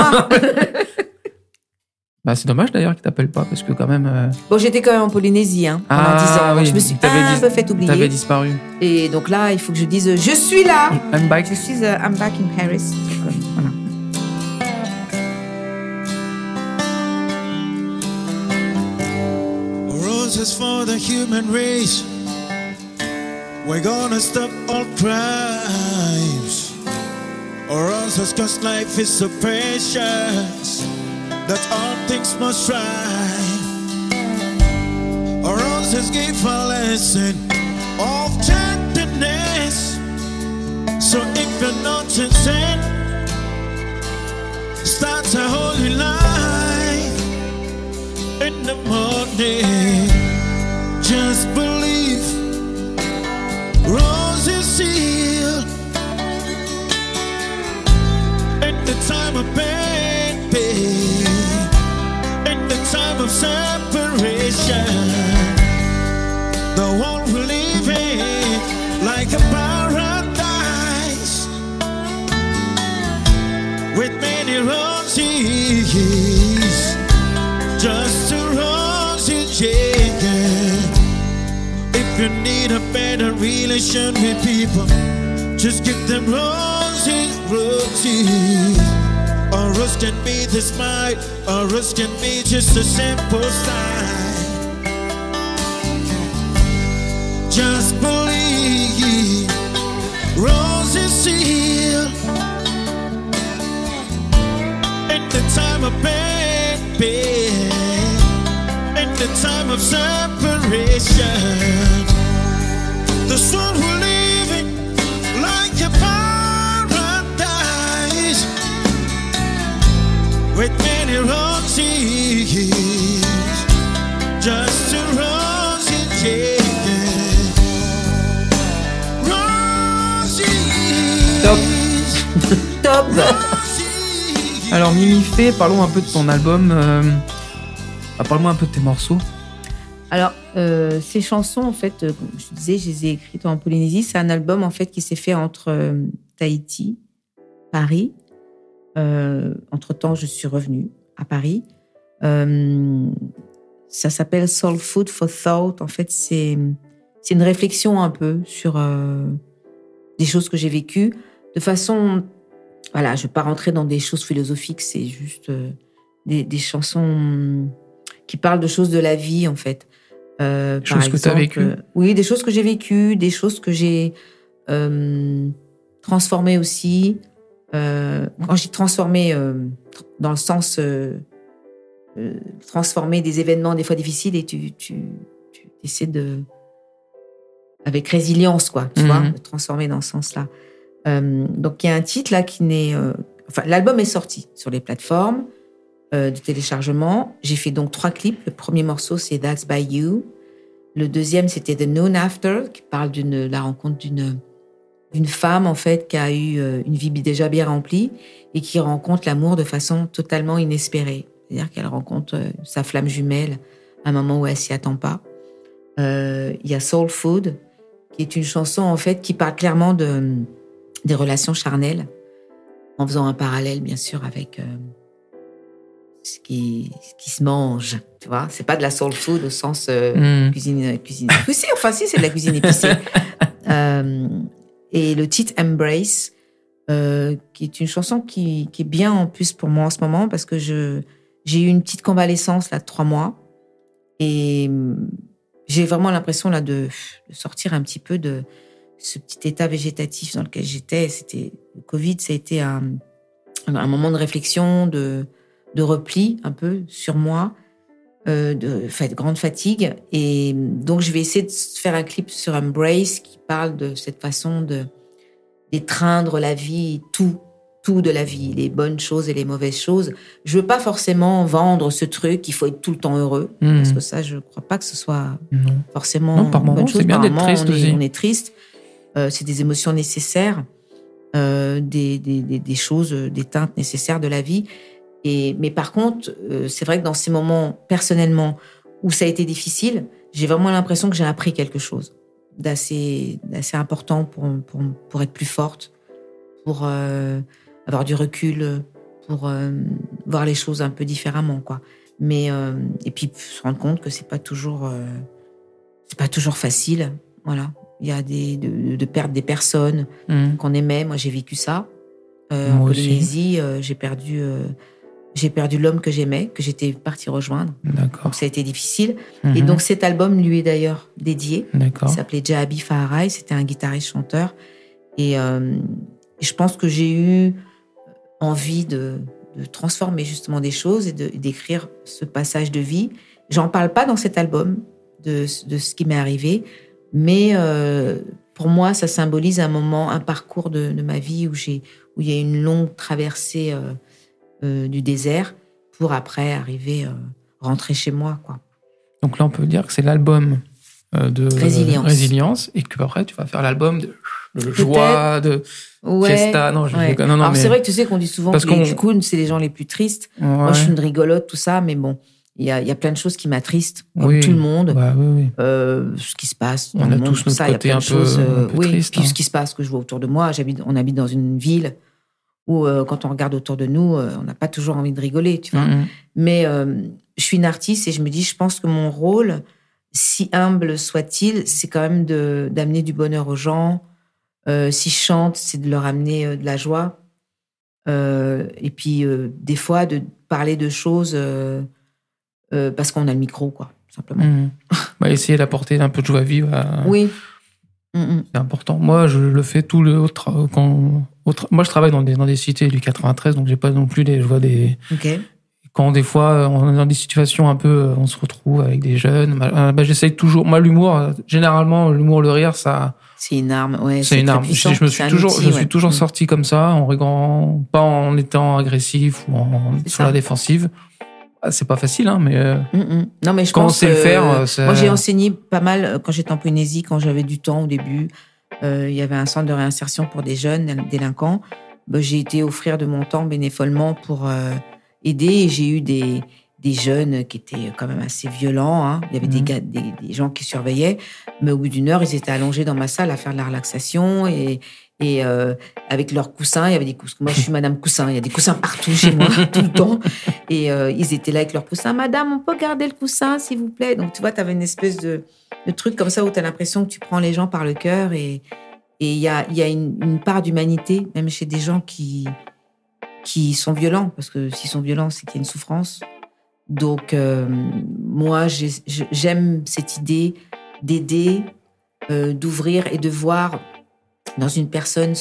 C'est dommage d'ailleurs qu'ils t'appellent pas, parce que quand même... Bon, j'étais quand même en Polynésie pendant 10 ans. Oui, je me suis un peu fait oublier. T'avais disparu. Et donc là, il faut que je dise je suis là. I'm back. Je suis I'm back in Paris. Voilà. Roses for the human race. We're gonna stop all crimes. Roses 'cause life is so precious. That all things must rise. Roses give a lesson of tenderness. So if you're not sincere, start a holy life in the morning. Just believe, roses heal in the time of pain, in the time of separation. The world we live in like a paradise with many roses, just a roses, yeah. If you need a better relation with people, Just give them roses, roses. Or else can be the smile, or else can be just a simple sign. Just believe, roses heal. In the time of pain, in the time of separation, the sun will leave it like a paradise with many roses, just a roses, yeah. Roses. Top. Alors Mimi Fay, parlons un peu de ton album. Parle-moi un peu de tes morceaux. Alors, ces chansons, en fait, comme je disais, je les ai écrites en Polynésie. C'est un album, en fait, qui s'est fait entre Tahiti, Paris. Entre-temps, je suis revenue à Paris. Ça s'appelle Soul Food for Thought. En fait, c'est une réflexion un peu sur des choses que j'ai vécues. De façon... Voilà, je ne vais pas rentrer dans des choses philosophiques. C'est juste des chansons qui parlent de choses de la vie, en fait. Choses que tu as vécues. Oui, des choses que j'ai vécues, des choses que j'ai transformées aussi. Quand j'ai transformé, dans le sens transformer des événements des fois difficiles, et tu essaies de... avec résilience, quoi, tu vois, de transformer dans ce sens-là. Donc, il y a un titre là qui n'est... Enfin, l'album est sorti sur les plateformes de téléchargement. J'ai fait donc 3 clips. Le premier morceau, c'est That's By You. Le deuxième, c'était The Noon After, qui parle de la rencontre d'une femme, en fait, qui a eu une vie déjà bien remplie et qui rencontre l'amour de façon totalement inespérée. C'est-à-dire qu'elle rencontre sa flamme jumelle à un moment où elle s'y attend pas. Il y a Soul Food, qui est une chanson, en fait, qui parle clairement des relations charnelles, en faisant un parallèle, bien sûr, avec ce qui se mange, tu vois. C'est pas de la soul food au sens cuisine épicée. Enfin, si, c'est de la cuisine épicée. Et le titre Embrace, qui est une chanson qui est bien en plus pour moi en ce moment, parce que j'ai eu une petite convalescence là de 3 mois, et j'ai vraiment l'impression là de sortir un petit peu de ce petit état végétatif dans lequel j'étais. Le Covid, ça a été un moment de réflexion, de repli un peu sur moi, de grande fatigue. Et donc, je vais essayer de faire un clip sur Embrace qui parle de cette façon d'étreindre la vie, tout de la vie, les bonnes choses et les mauvaises choses. Je veux pas forcément vendre ce truc, il faut être tout le temps heureux, parce que ça, je crois pas que ce soit forcément par une bonne chose. C'est bien d'être triste aussi. On est triste. C'est des émotions nécessaires, des choses, des teintes nécessaires de la vie. Mais par contre, c'est vrai que dans ces moments, personnellement, où ça a été difficile, j'ai vraiment l'impression que j'ai appris quelque chose d'assez important pour être plus forte, pour avoir du recul, pour voir les choses un peu différemment, quoi. Et puis se rendre compte que c'est pas toujours facile, voilà. Il y a de perdre des personnes qu'on aimait. Moi, j'ai vécu ça. En Polynésie, j'ai perdu l'homme que j'aimais, que j'étais partie rejoindre. D'accord. Donc, ça a été difficile. Et donc, cet album lui est d'ailleurs dédié. D'accord. Il s'appelait Jahabi Faharai. C'était un guitariste-chanteur. Et je pense que j'ai eu envie de transformer justement des choses et d'écrire ce passage de vie. J'en parle pas dans cet album de ce qui m'est arrivé. Mais pour moi, ça symbolise un parcours de ma vie où il y a une longue traversée du désert pour après arriver, rentrer chez moi, quoi. Donc là, on peut dire que c'est l'album de Résilience, et que après tu vas faire l'album de joie, de fiesta. Non, Alors c'est vrai que tu sais qu'on dit souvent que les Chukun, c'est les gens les plus tristes. Ouais. Moi, je suis une rigolote, tout ça, mais bon. Il y a plein de choses qui m'attristent, comme tout le monde. Ce qui se passe dans le monde, tout ça. Il y a plein de choses. Triste, puis ce qui se passe, que je vois autour de moi. On habite dans une ville où, quand on regarde autour de nous, on n'a pas toujours envie de rigoler, tu vois. Mais je suis une artiste et je me dis, je pense que mon rôle, si humble soit-il, c'est quand même d'amener du bonheur aux gens, Si je chante, c'est de leur amener de la joie. Et puis, des fois, de parler de choses parce qu'on a le micro, quoi, simplement. Essayer d'apporter un peu de joie vive. Oui. C'est important. Moi, je le fais tout le autre. Moi, je travaille dans des cités du 93, donc j'ai pas non plus je vois des. Okay. Quand des fois on est dans des situations un peu, on se retrouve avec des jeunes. J'essaye toujours. Moi, l'humour, généralement, l'humour, le rire, ça. C'est une arme, ouais. C'est une arme. Je suis toujours sorti comme ça, en rigolant, pas en étant agressif ou sur la défensive. C'est pas facile, hein, mais. Non, mais je quand pense on sait le faire. Moi, j'ai enseigné pas mal quand j'étais en Polynésie, quand j'avais du temps au début. Il y avait un centre de réinsertion pour des jeunes délinquants. J'ai été offrir de mon temps bénévolement pour aider. Et j'ai eu des jeunes qui étaient quand même assez violents. Hein. Il y avait des gens qui surveillaient. Mais au bout d'une heure, ils étaient allongés dans ma salle à faire de la relaxation. Et avec leurs coussins, il y avait des coussins. Moi, je suis Madame Coussin. Il y a des coussins partout chez moi, tout le temps. Et ils étaient là avec leurs coussins. Madame, on peut garder le coussin, s'il vous plaît. Donc, tu vois, tu avais une espèce de truc comme ça où tu as l'impression que tu prends les gens par le cœur. Et il y a une part d'humanité, même chez des gens qui sont violents. Parce que s'ils sont violents, c'est qu'il y a une souffrance. Donc, moi, j'aime cette idée d'aider, d'ouvrir et de voir dans une personne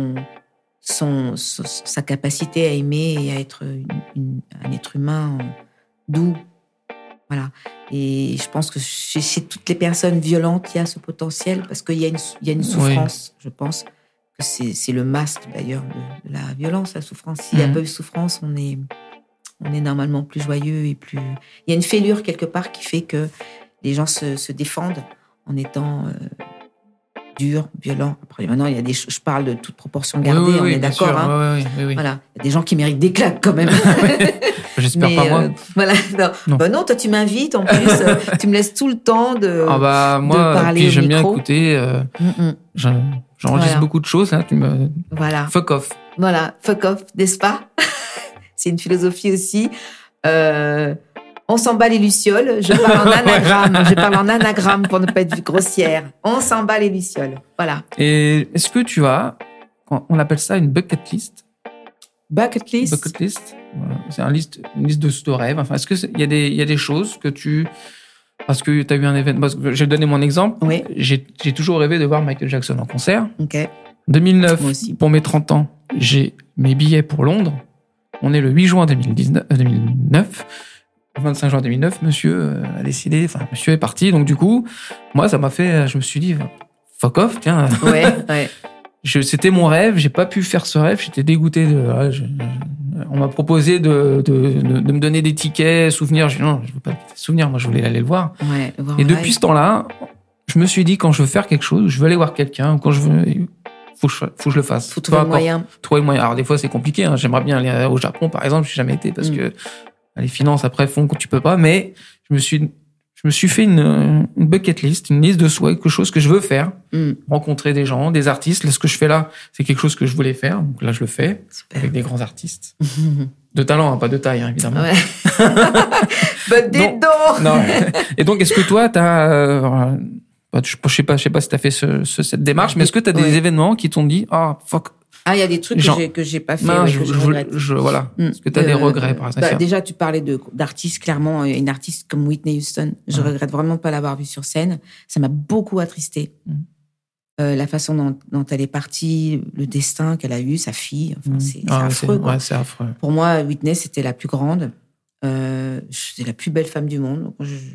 sa capacité à aimer et à être un être humain doux. Voilà. Et je pense que chez toutes les personnes violentes, il y a ce potentiel parce qu'il y a une souffrance. Oui. Je pense que c'est le masque d'ailleurs de la violence, la souffrance. S'il y a pas eu de souffrance, on est normalement plus joyeux et plus... Il y a une fêlure quelque part qui fait que les gens se défendent en étant durs, violents. Après, maintenant, il y a je parle de toute proportion gardée, on est d'accord. Hein. Oui. Voilà. Il y a des gens qui méritent des claques quand même. J'espère pas moi. Voilà. Non. Bah non, toi, tu m'invites en plus. Tu me laisses tout le temps de parler puis j'aime au bien micro. écouter. J'enregistre beaucoup de choses. Hein, Voilà. Fuck off. Voilà. Fuck off, n'est-ce pas? C'est une philosophie aussi. On s'en bat les lucioles. Je parle en anagramme. Je parle en anagramme pour ne pas être grossière. On s'en bat les lucioles. Voilà. Et est-ce que tu as, on appelle ça une bucket list? Bucket list. Bucket list. Voilà. C'est une liste de rêves. Enfin, est-ce que il y a des choses que parce que tu as eu un événement. Je vais donner mon exemple. Oui. J'ai toujours rêvé de voir Michael Jackson en concert. Ok. 2009, pour mes 30 ans, j'ai mes billets pour Londres. On est le 8 juin 2009. Le 25 juin 2009, monsieur a décidé, monsieur est parti. Donc, du coup, moi, ça m'a fait, je me suis dit, fuck off, tiens. Ouais. C'était mon rêve, j'ai pas pu faire ce rêve, j'étais dégoûté on m'a proposé de me donner des tickets, souvenirs. Non, je veux pas des souvenirs, moi, je voulais aller le voir. Ouais, et depuis ce temps-là, je me suis dit, quand je veux faire quelque chose, je veux aller voir quelqu'un, ou quand je veux, faut que je le fasse. Faut trouver le moyen. Trouver le moyen. Alors, des fois, c'est compliqué, hein. J'aimerais bien aller au Japon, par exemple, je n'ai jamais été parce que les finances après font que tu peux pas, mais je me suis fait une bucket list, une liste de souhaits, quelque chose que je veux faire, rencontrer des gens, des artistes. Là, ce que je fais là, c'est quelque chose que je voulais faire, donc là je le fais. Super. Avec des grands artistes, de talent, hein, pas de taille, hein, évidemment. Ouais. Dis donc. Non. Et donc, est-ce que toi, t'as, je sais pas si t'as fait cette démarche, mais est-ce que t'as des événements qui t'ont dit, fuck. Ah, il y a des trucs que j'ai pas fait. Non, que je regrette. Voilà. Est-ce que tu as des regrets, par exemple? Déjà, tu parlais d'artistes, clairement, une artiste comme Whitney Houston. Je regrette vraiment de pas l'avoir vue sur scène. Ça m'a beaucoup attristée. La façon dont elle est partie, le destin qu'elle a eu, sa fille. Enfin, c'est affreux. Ouais, c'est affreux. Pour moi, Whitney, c'était la plus grande. C'est la plus belle femme du monde.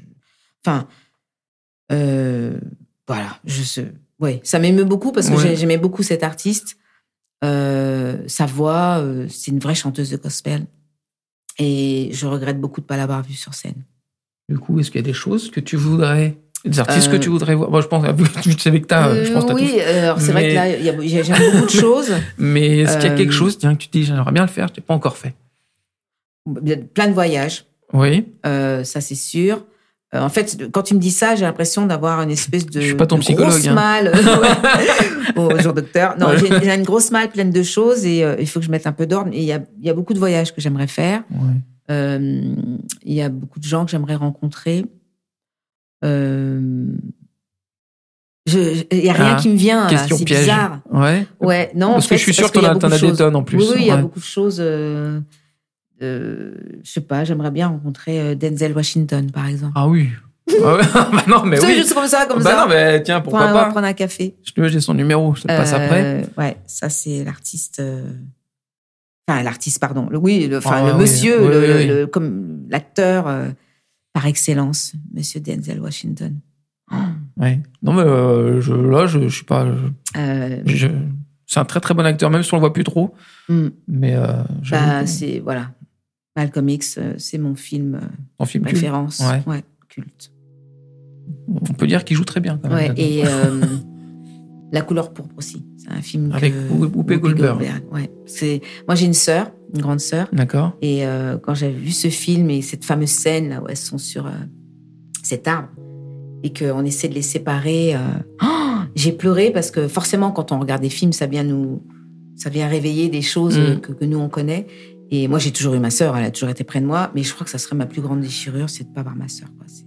Voilà. Ça m'émeut beaucoup parce que j'aimais beaucoup cette artiste. Sa voix, c'est une vraie chanteuse de gospel. Et je regrette beaucoup de ne pas l'avoir vue sur scène. Du coup, est-ce qu'il y a des choses que tu voudrais... Des artistes que tu voudrais voir? Moi, je pense, tu sais que t'as, je pense que t'as oui, alors c'est vrai que là, j'aime beaucoup de choses. Mais est-ce qu'il y a quelque chose, que tu te dis, j'aimerais bien le faire, je l'ai pas encore fait? Plein de voyages. Oui. Ça, c'est sûr. En fait, quand tu me dis ça, j'ai l'impression d'avoir une espèce de... Je suis pas ton psychologue. Grosse malle. Bonjour, docteur. Non, j'ai une grosse malle pleine de choses et il faut que je mette un peu d'ordre. Et il y a beaucoup de voyages que j'aimerais faire. Il y a beaucoup de gens que j'aimerais rencontrer. Il y a rien qui me vient. Question C'est piège. bizarre. Ouais. Ouais, non. Parce en fait, que je suis c'est sûr parce qu'il y a t'en as beaucoup de des tonnes en plus. Oui, il y a Ouais. beaucoup de choses. Je sais pas, j'aimerais bien rencontrer Denzel Washington, par exemple. Ah oui. Ah ouais. Bah non, mais Tu sais, oui. juste comme ça. Bah non, mais tiens, On pourquoi va pas. prendre un café. Je te veux, j'ai son numéro, je te le passe après. Ouais, ça c'est l'artiste. Enfin, l'artiste, pardon. Le Ah, oui. monsieur, Oui. comme l'acteur par excellence, Monsieur Denzel Washington. Ouais. Non, mais je suis pas. C'est un très très bon acteur, même si on le voit plus trop. Mais j'avoue que C'est voilà. Malcolm X, c'est mon film en film culte. référence. Ouais. Culte. On peut dire qu'il joue très bien quand même. Ouais, et La couleur pourpre aussi. C'est un film avec Whoopi Goldberg. Ouais. Moi, j'ai une sœur, une grande sœur. D'accord. Et quand j'avais vu ce film et cette fameuse scène là où elles sont sur cet arbre et qu'on essaie de les séparer, j'ai pleuré parce que forcément, quand on regarde des films, ça vient réveiller des choses que nous on connaît. Et moi, j'ai toujours eu ma sœur, elle a toujours été près de moi, mais je crois que ça serait ma plus grande déchirure, c'est de ne pas voir ma sœur.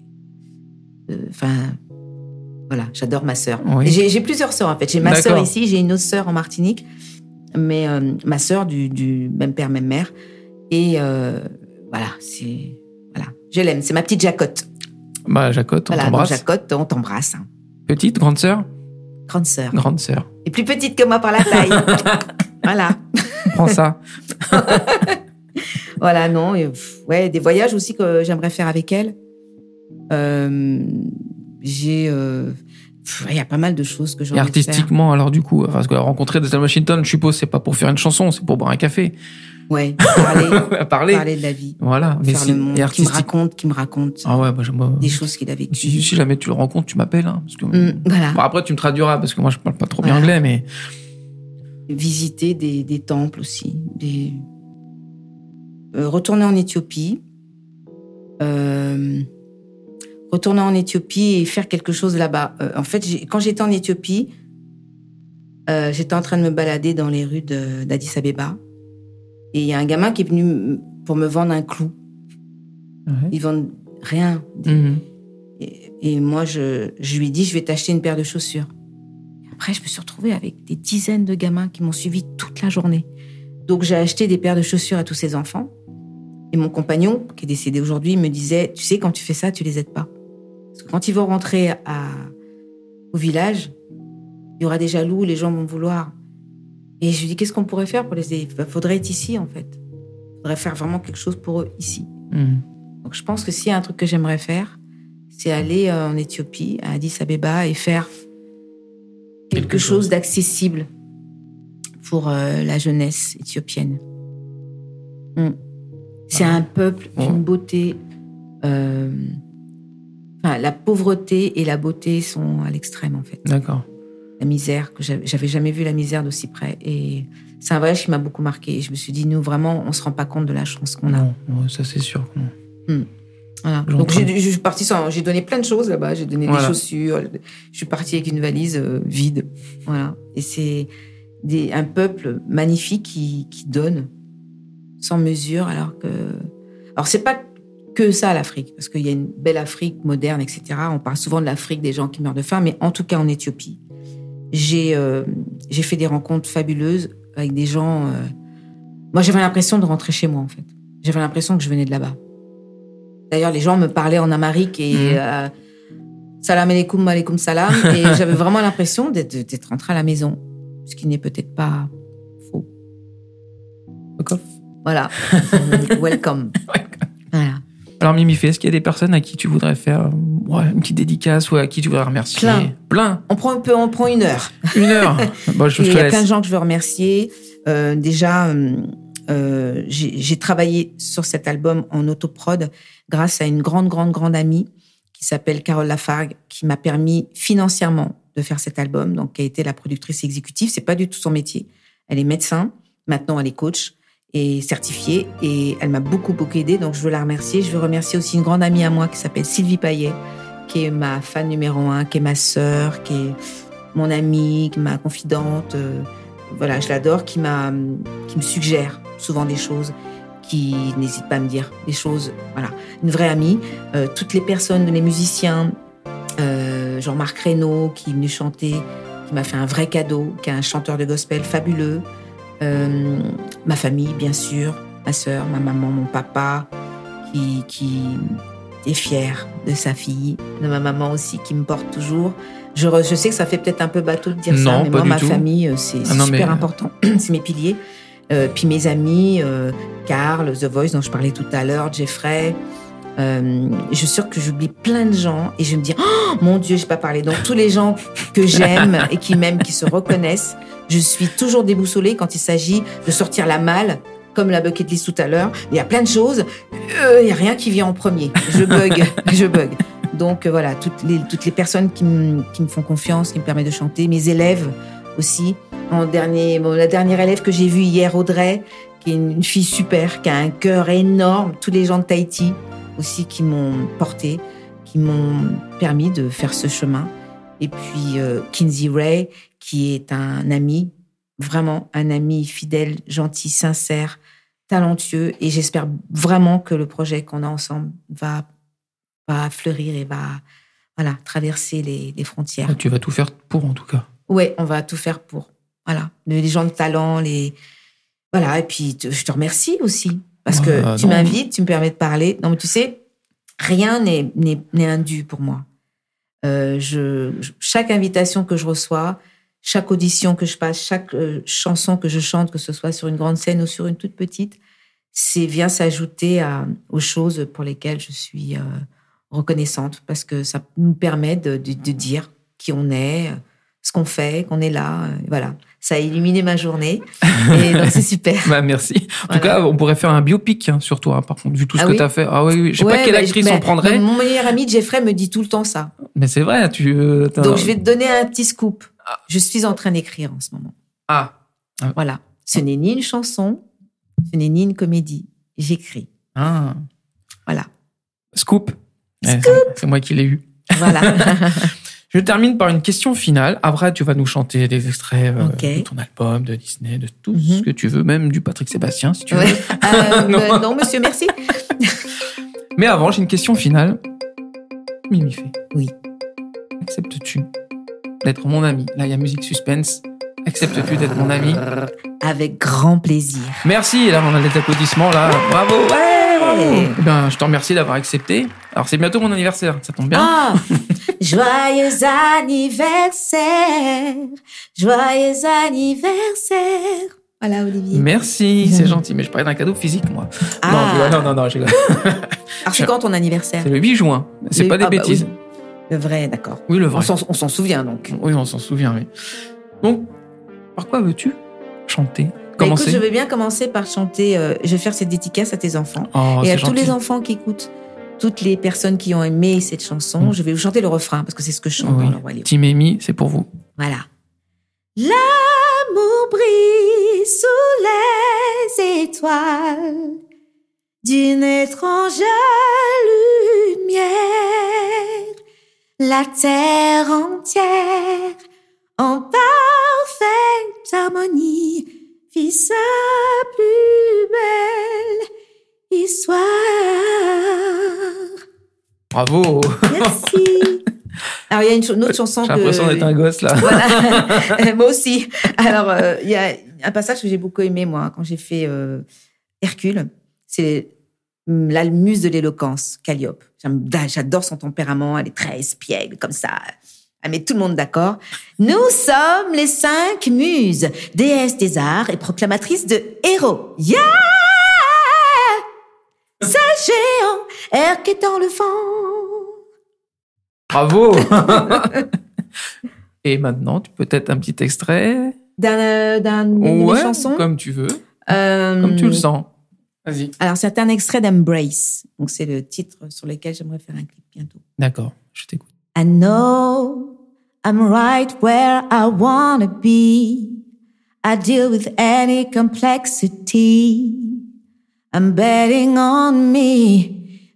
Voilà, j'adore ma sœur. Oui. J'ai plusieurs sœurs en fait. J'ai ma sœur ici, j'ai une autre sœur en Martinique, mais ma sœur du même père, même mère. Et voilà, je l'aime. C'est ma petite Jacotte. Bah, Jacotte, on t'embrasse. Jacotte, on t'embrasse. Hein. Petite, grande sœur? Grande sœur. Grande sœur. Et plus petite que moi par la taille. Voilà. Prends ça. Voilà, non. Et, des voyages aussi que j'aimerais faire avec elle. Il y a pas mal de choses que j'ai envie de faire. Et artistiquement, alors du coup, parce que rencontrer Denzel Washington, je suppose, c'est pas pour faire une chanson, c'est pour boire un café. Ouais, parler de la vie. Voilà. Mais faire le monde, qui me raconte ah ouais, des choses qu'il a vécues. Si jamais tu le rencontres, tu m'appelles. Hein, parce que, voilà. Bon, après, tu me traduiras, parce que moi, je parle pas trop bien anglais, mais... Visiter des temples aussi. Retourner en Éthiopie. Retourner en Éthiopie et faire quelque chose là-bas. En fait, quand j'étais en Éthiopie, j'étais en train de me balader dans les rues d'Addis Abeba. Et il y a un gamin qui est venu pour me vendre un clou. Ouais. Ils vendent rien. Et moi, je lui ai dit, je vais t'acheter une paire de chaussures. Et après, je me suis retrouvée avec des dizaines de gamins qui m'ont suivi toute la journée. Donc, j'ai acheté des paires de chaussures à tous ces enfants. Et mon compagnon, qui est décédé aujourd'hui, me disait, tu sais, quand tu fais ça, tu les aides pas. Parce que quand ils vont rentrer au village, il y aura des jaloux, les gens vont vouloir. Et je lui dis, qu'est-ce qu'on pourrait faire pour les aider ? Il faudrait être ici, en fait. Il faudrait faire vraiment quelque chose pour eux, ici. Donc, je pense que s'il y a un truc que j'aimerais faire, c'est aller en Éthiopie, à Addis Abeba, et faire quelque chose d'accessible pour la jeunesse éthiopienne. C'est un peuple d'une beauté... la pauvreté et la beauté sont à l'extrême, en fait. D'accord. La misère, que j'avais jamais vu la misère d'aussi près. Et c'est un voyage qui m'a beaucoup marqué. Et je me suis dit, nous, vraiment, on se rend pas compte de la chance qu'on a. Non, ça c'est sûr. Voilà. Donc, je suis partie j'ai donné plein de choses là-bas. J'ai donné des chaussures. Je suis partie avec une valise vide. Voilà. Et c'est un peuple magnifique qui donne sans mesure, alors c'est pas que ça, l'Afrique, parce qu'il y a une belle Afrique moderne, etc. On parle souvent de l'Afrique des gens qui meurent de faim, mais en tout cas en Éthiopie, j'ai fait des rencontres fabuleuses avec des gens... Moi, j'avais l'impression de rentrer chez moi, en fait. J'avais l'impression que je venais de là-bas. D'ailleurs, les gens me parlaient en amharique et salam alaikum, alaikum salam, et j'avais vraiment l'impression d'être rentrée à la maison, ce qui n'est peut-être pas faux. Voilà. Welcome. Voilà. Alors, Mimi, est-ce qu'il y a des personnes à qui tu voudrais faire une petite dédicace ou à qui tu voudrais remercier ? Plein. On prend 1 heure. 1 heure. Bon, je te laisse. Il y a plein de gens que je veux remercier. Déjà, j'ai travaillé sur cet album en autoprod grâce à une grande amie qui s'appelle Carole Lafargue, qui m'a permis financièrement de faire cet album, donc qui a été la productrice exécutive. C'est pas du tout son métier. Elle est médecin. Maintenant, elle est coach et certifiée, et elle m'a beaucoup aidée, donc je veux la remercier. Je veux remercier aussi une grande amie à moi qui s'appelle Sylvie Payet, qui est ma fan numéro 1, qui est ma sœur, qui est mon amie, qui est ma confidente. Voilà, je l'adore, qui me suggère souvent des choses, qui n'hésite pas à me dire des choses. Voilà, une vraie amie. Toutes les personnes, les musiciens, je Jean-Marc Reynaud qui est venu chanter, qui m'a fait un vrai cadeau, qui est un chanteur de gospel fabuleux. Ma famille, bien sûr, ma sœur, ma maman, mon papa, qui est fier de sa fille, de ma maman aussi, qui me porte toujours. Je sais que ça fait peut-être un peu bateau de dire ça, mais moi, ma famille, c'est super important. C'est mes piliers. Puis mes amis, Carl, The Voice, dont je parlais tout à l'heure, Jeffrey. Je suis sûre que j'oublie plein de gens et je me dis, oh mon Dieu, j'ai pas parlé. Donc tous les gens que j'aime et qui m'aiment, qui se reconnaissent, je suis toujours déboussolée quand il s'agit de sortir la malle, comme la bucket list tout à l'heure. Il y a plein de choses, il y a rien qui vient en premier. Je bug. Donc voilà, toutes les personnes qui me font confiance, qui me permettent de chanter, mes élèves aussi. La dernière élève que j'ai vue hier, Audrey, qui est une fille super, qui a un cœur énorme. Tous les gens de Tahiti aussi qui m'ont porté, qui m'ont permis de faire ce chemin. Et puis Kinsey Ray, qui est un ami, vraiment un ami fidèle, gentil, sincère, talentueux. Et j'espère vraiment que le projet qu'on a ensemble va fleurir et va traverser les frontières. Ah, tu vas tout faire pour, en tout cas. Oui, on va tout faire pour. Voilà, les gens de talent, voilà. Et puis je te remercie aussi parce que tu m'invites, tu me permets de parler. Non, mais tu sais, rien n'est indu pour moi. Chaque invitation que je reçois, chaque audition que je passe, chaque chanson que je chante, que ce soit sur une grande scène ou sur une toute petite, vient s'ajouter aux choses pour lesquelles je suis reconnaissante parce que ça nous permet de dire qui on est, ce qu'on fait, qu'on est là. Voilà, ça a illuminé ma journée et donc c'est super. Merci. En tout cas, on pourrait faire un biopic sur toi, par contre, vu tout ce que tu as fait. Ah oui. Je sais pas quelle actrice on prendrait. Mon meilleur ami Jeffrey me dit tout le temps ça. Mais c'est vrai, Donc je vais te donner un petit scoop. Je suis en train d'écrire en ce moment. Voilà. Ce n'est ni une chanson, ce n'est ni une comédie. J'écris. Voilà. Scoop. C'est moi qui l'ai eu. Voilà. Je termine par une question finale. Après, tu vas nous chanter des extraits de ton album, de Disney, de tout ce que tu veux, même du Patrick Sébastien, si tu veux. Non, monsieur, merci. Mais avant, j'ai une question finale. Mimifé. Oui. Acceptes-tu d'être mon ami? Là, il y a musique suspense. Acceptes-tu d'être mon ami? Avec grand plaisir. Merci. Et là, on a des applaudissements, là. Bravo. Ouais, bravo. Eh ben, je te remercie d'avoir accepté. Alors, c'est bientôt mon anniversaire. Ça tombe bien. Joyeux anniversaire. Joyeux anniversaire. Voilà, Olivier. Merci, c'est gentil. Mais je parlais d'un cadeau physique, moi. Non, je rigole. Alors, c'est quand ton anniversaire? C'est le 8 juin. C'est pas des bêtises. Oui. Le vrai, d'accord. Oui, le vrai. On s'en souvient, donc. Oui, on s'en souvient, oui. Donc, par quoi veux-tu chanter? Écoute, je veux bien commencer par chanter. Je vais faire cette dédicace à tes enfants. Et à tous les enfants qui écoutent. Toutes les personnes qui ont aimé cette chanson, je vais vous chanter le refrain, parce que c'est ce que je chante dans le Roi Lion. Team Amy, c'est pour vous. Voilà. L'amour brille sous les étoiles d'une étrange lumière. La terre entière, en parfaite harmonie, fit sa plus belle histoire. Bravo. Merci. Alors, il y a une autre chanson J'ai l'impression d'être un gosse, là. Voilà. Moi aussi. Alors, il y a un passage que j'ai beaucoup aimé, moi, quand j'ai fait Hercule. C'est la muse de l'éloquence, Calliope. J'adore son tempérament. Elle est très espiègle, comme ça. Elle met tout le monde d'accord. Nous sommes les 5 muses, déesses des arts et proclamatrices de héros. Yeah! Ce géant ergue dans le vent. Bravo. Et maintenant, tu peux être un petit extrait d'une chanson. Comme tu veux, comme tu le sens. Vas-y. Alors, c'est un extrait d'Embrace. Donc, c'est le titre sur lequel j'aimerais faire un clip bientôt. D'accord, je t'écoute. I know I'm right where I wanna be. I deal with any complexity. I'm betting on me.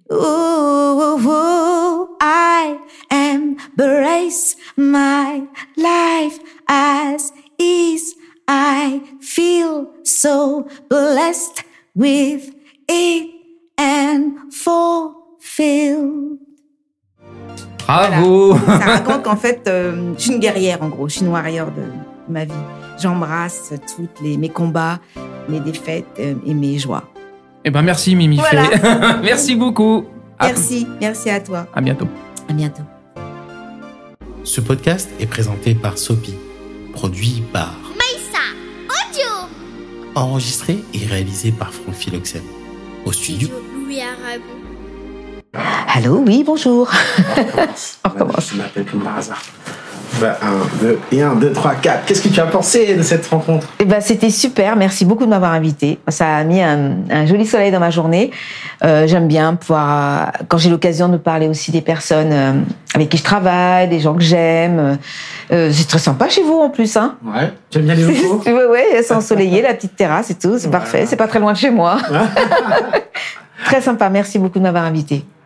Ooh, I embrace my life as is. I feel so blessed with it and fulfilled. Bravo. Voilà. Ça raconte qu'en fait, je suis une guerrière, en gros. Je suis une warrior de ma vie. J'embrasse mes combats, mes défaites et mes joies. Eh ben, merci, Mimi Voilà. Fay. Merci beaucoup. Merci à toi. À bientôt. À bientôt. Ce podcast est présenté par Sopi, produit par Maïssa Audio. enregistré et réalisé par Franck Philoxène. Au studio. Louis Aragon. Allô, oui, bonjour. On recommence. Je m'appelle comme par hasard. 1, 2, 3, 4. Qu'est-ce que tu as pensé de cette rencontre? C'était super, merci beaucoup de m'avoir invité. Ça a mis un joli soleil dans ma journée. J'aime bien pouvoir, quand j'ai l'occasion de parler aussi des personnes avec qui je travaille, des gens que j'aime. C'est très sympa chez vous en plus, hein. Ouais, j'aime bien les locaux. Ouais, c'est ensoleillé, la petite terrasse et tout, c'est parfait. C'est pas très loin de chez moi. Très sympa, merci beaucoup de m'avoir invité.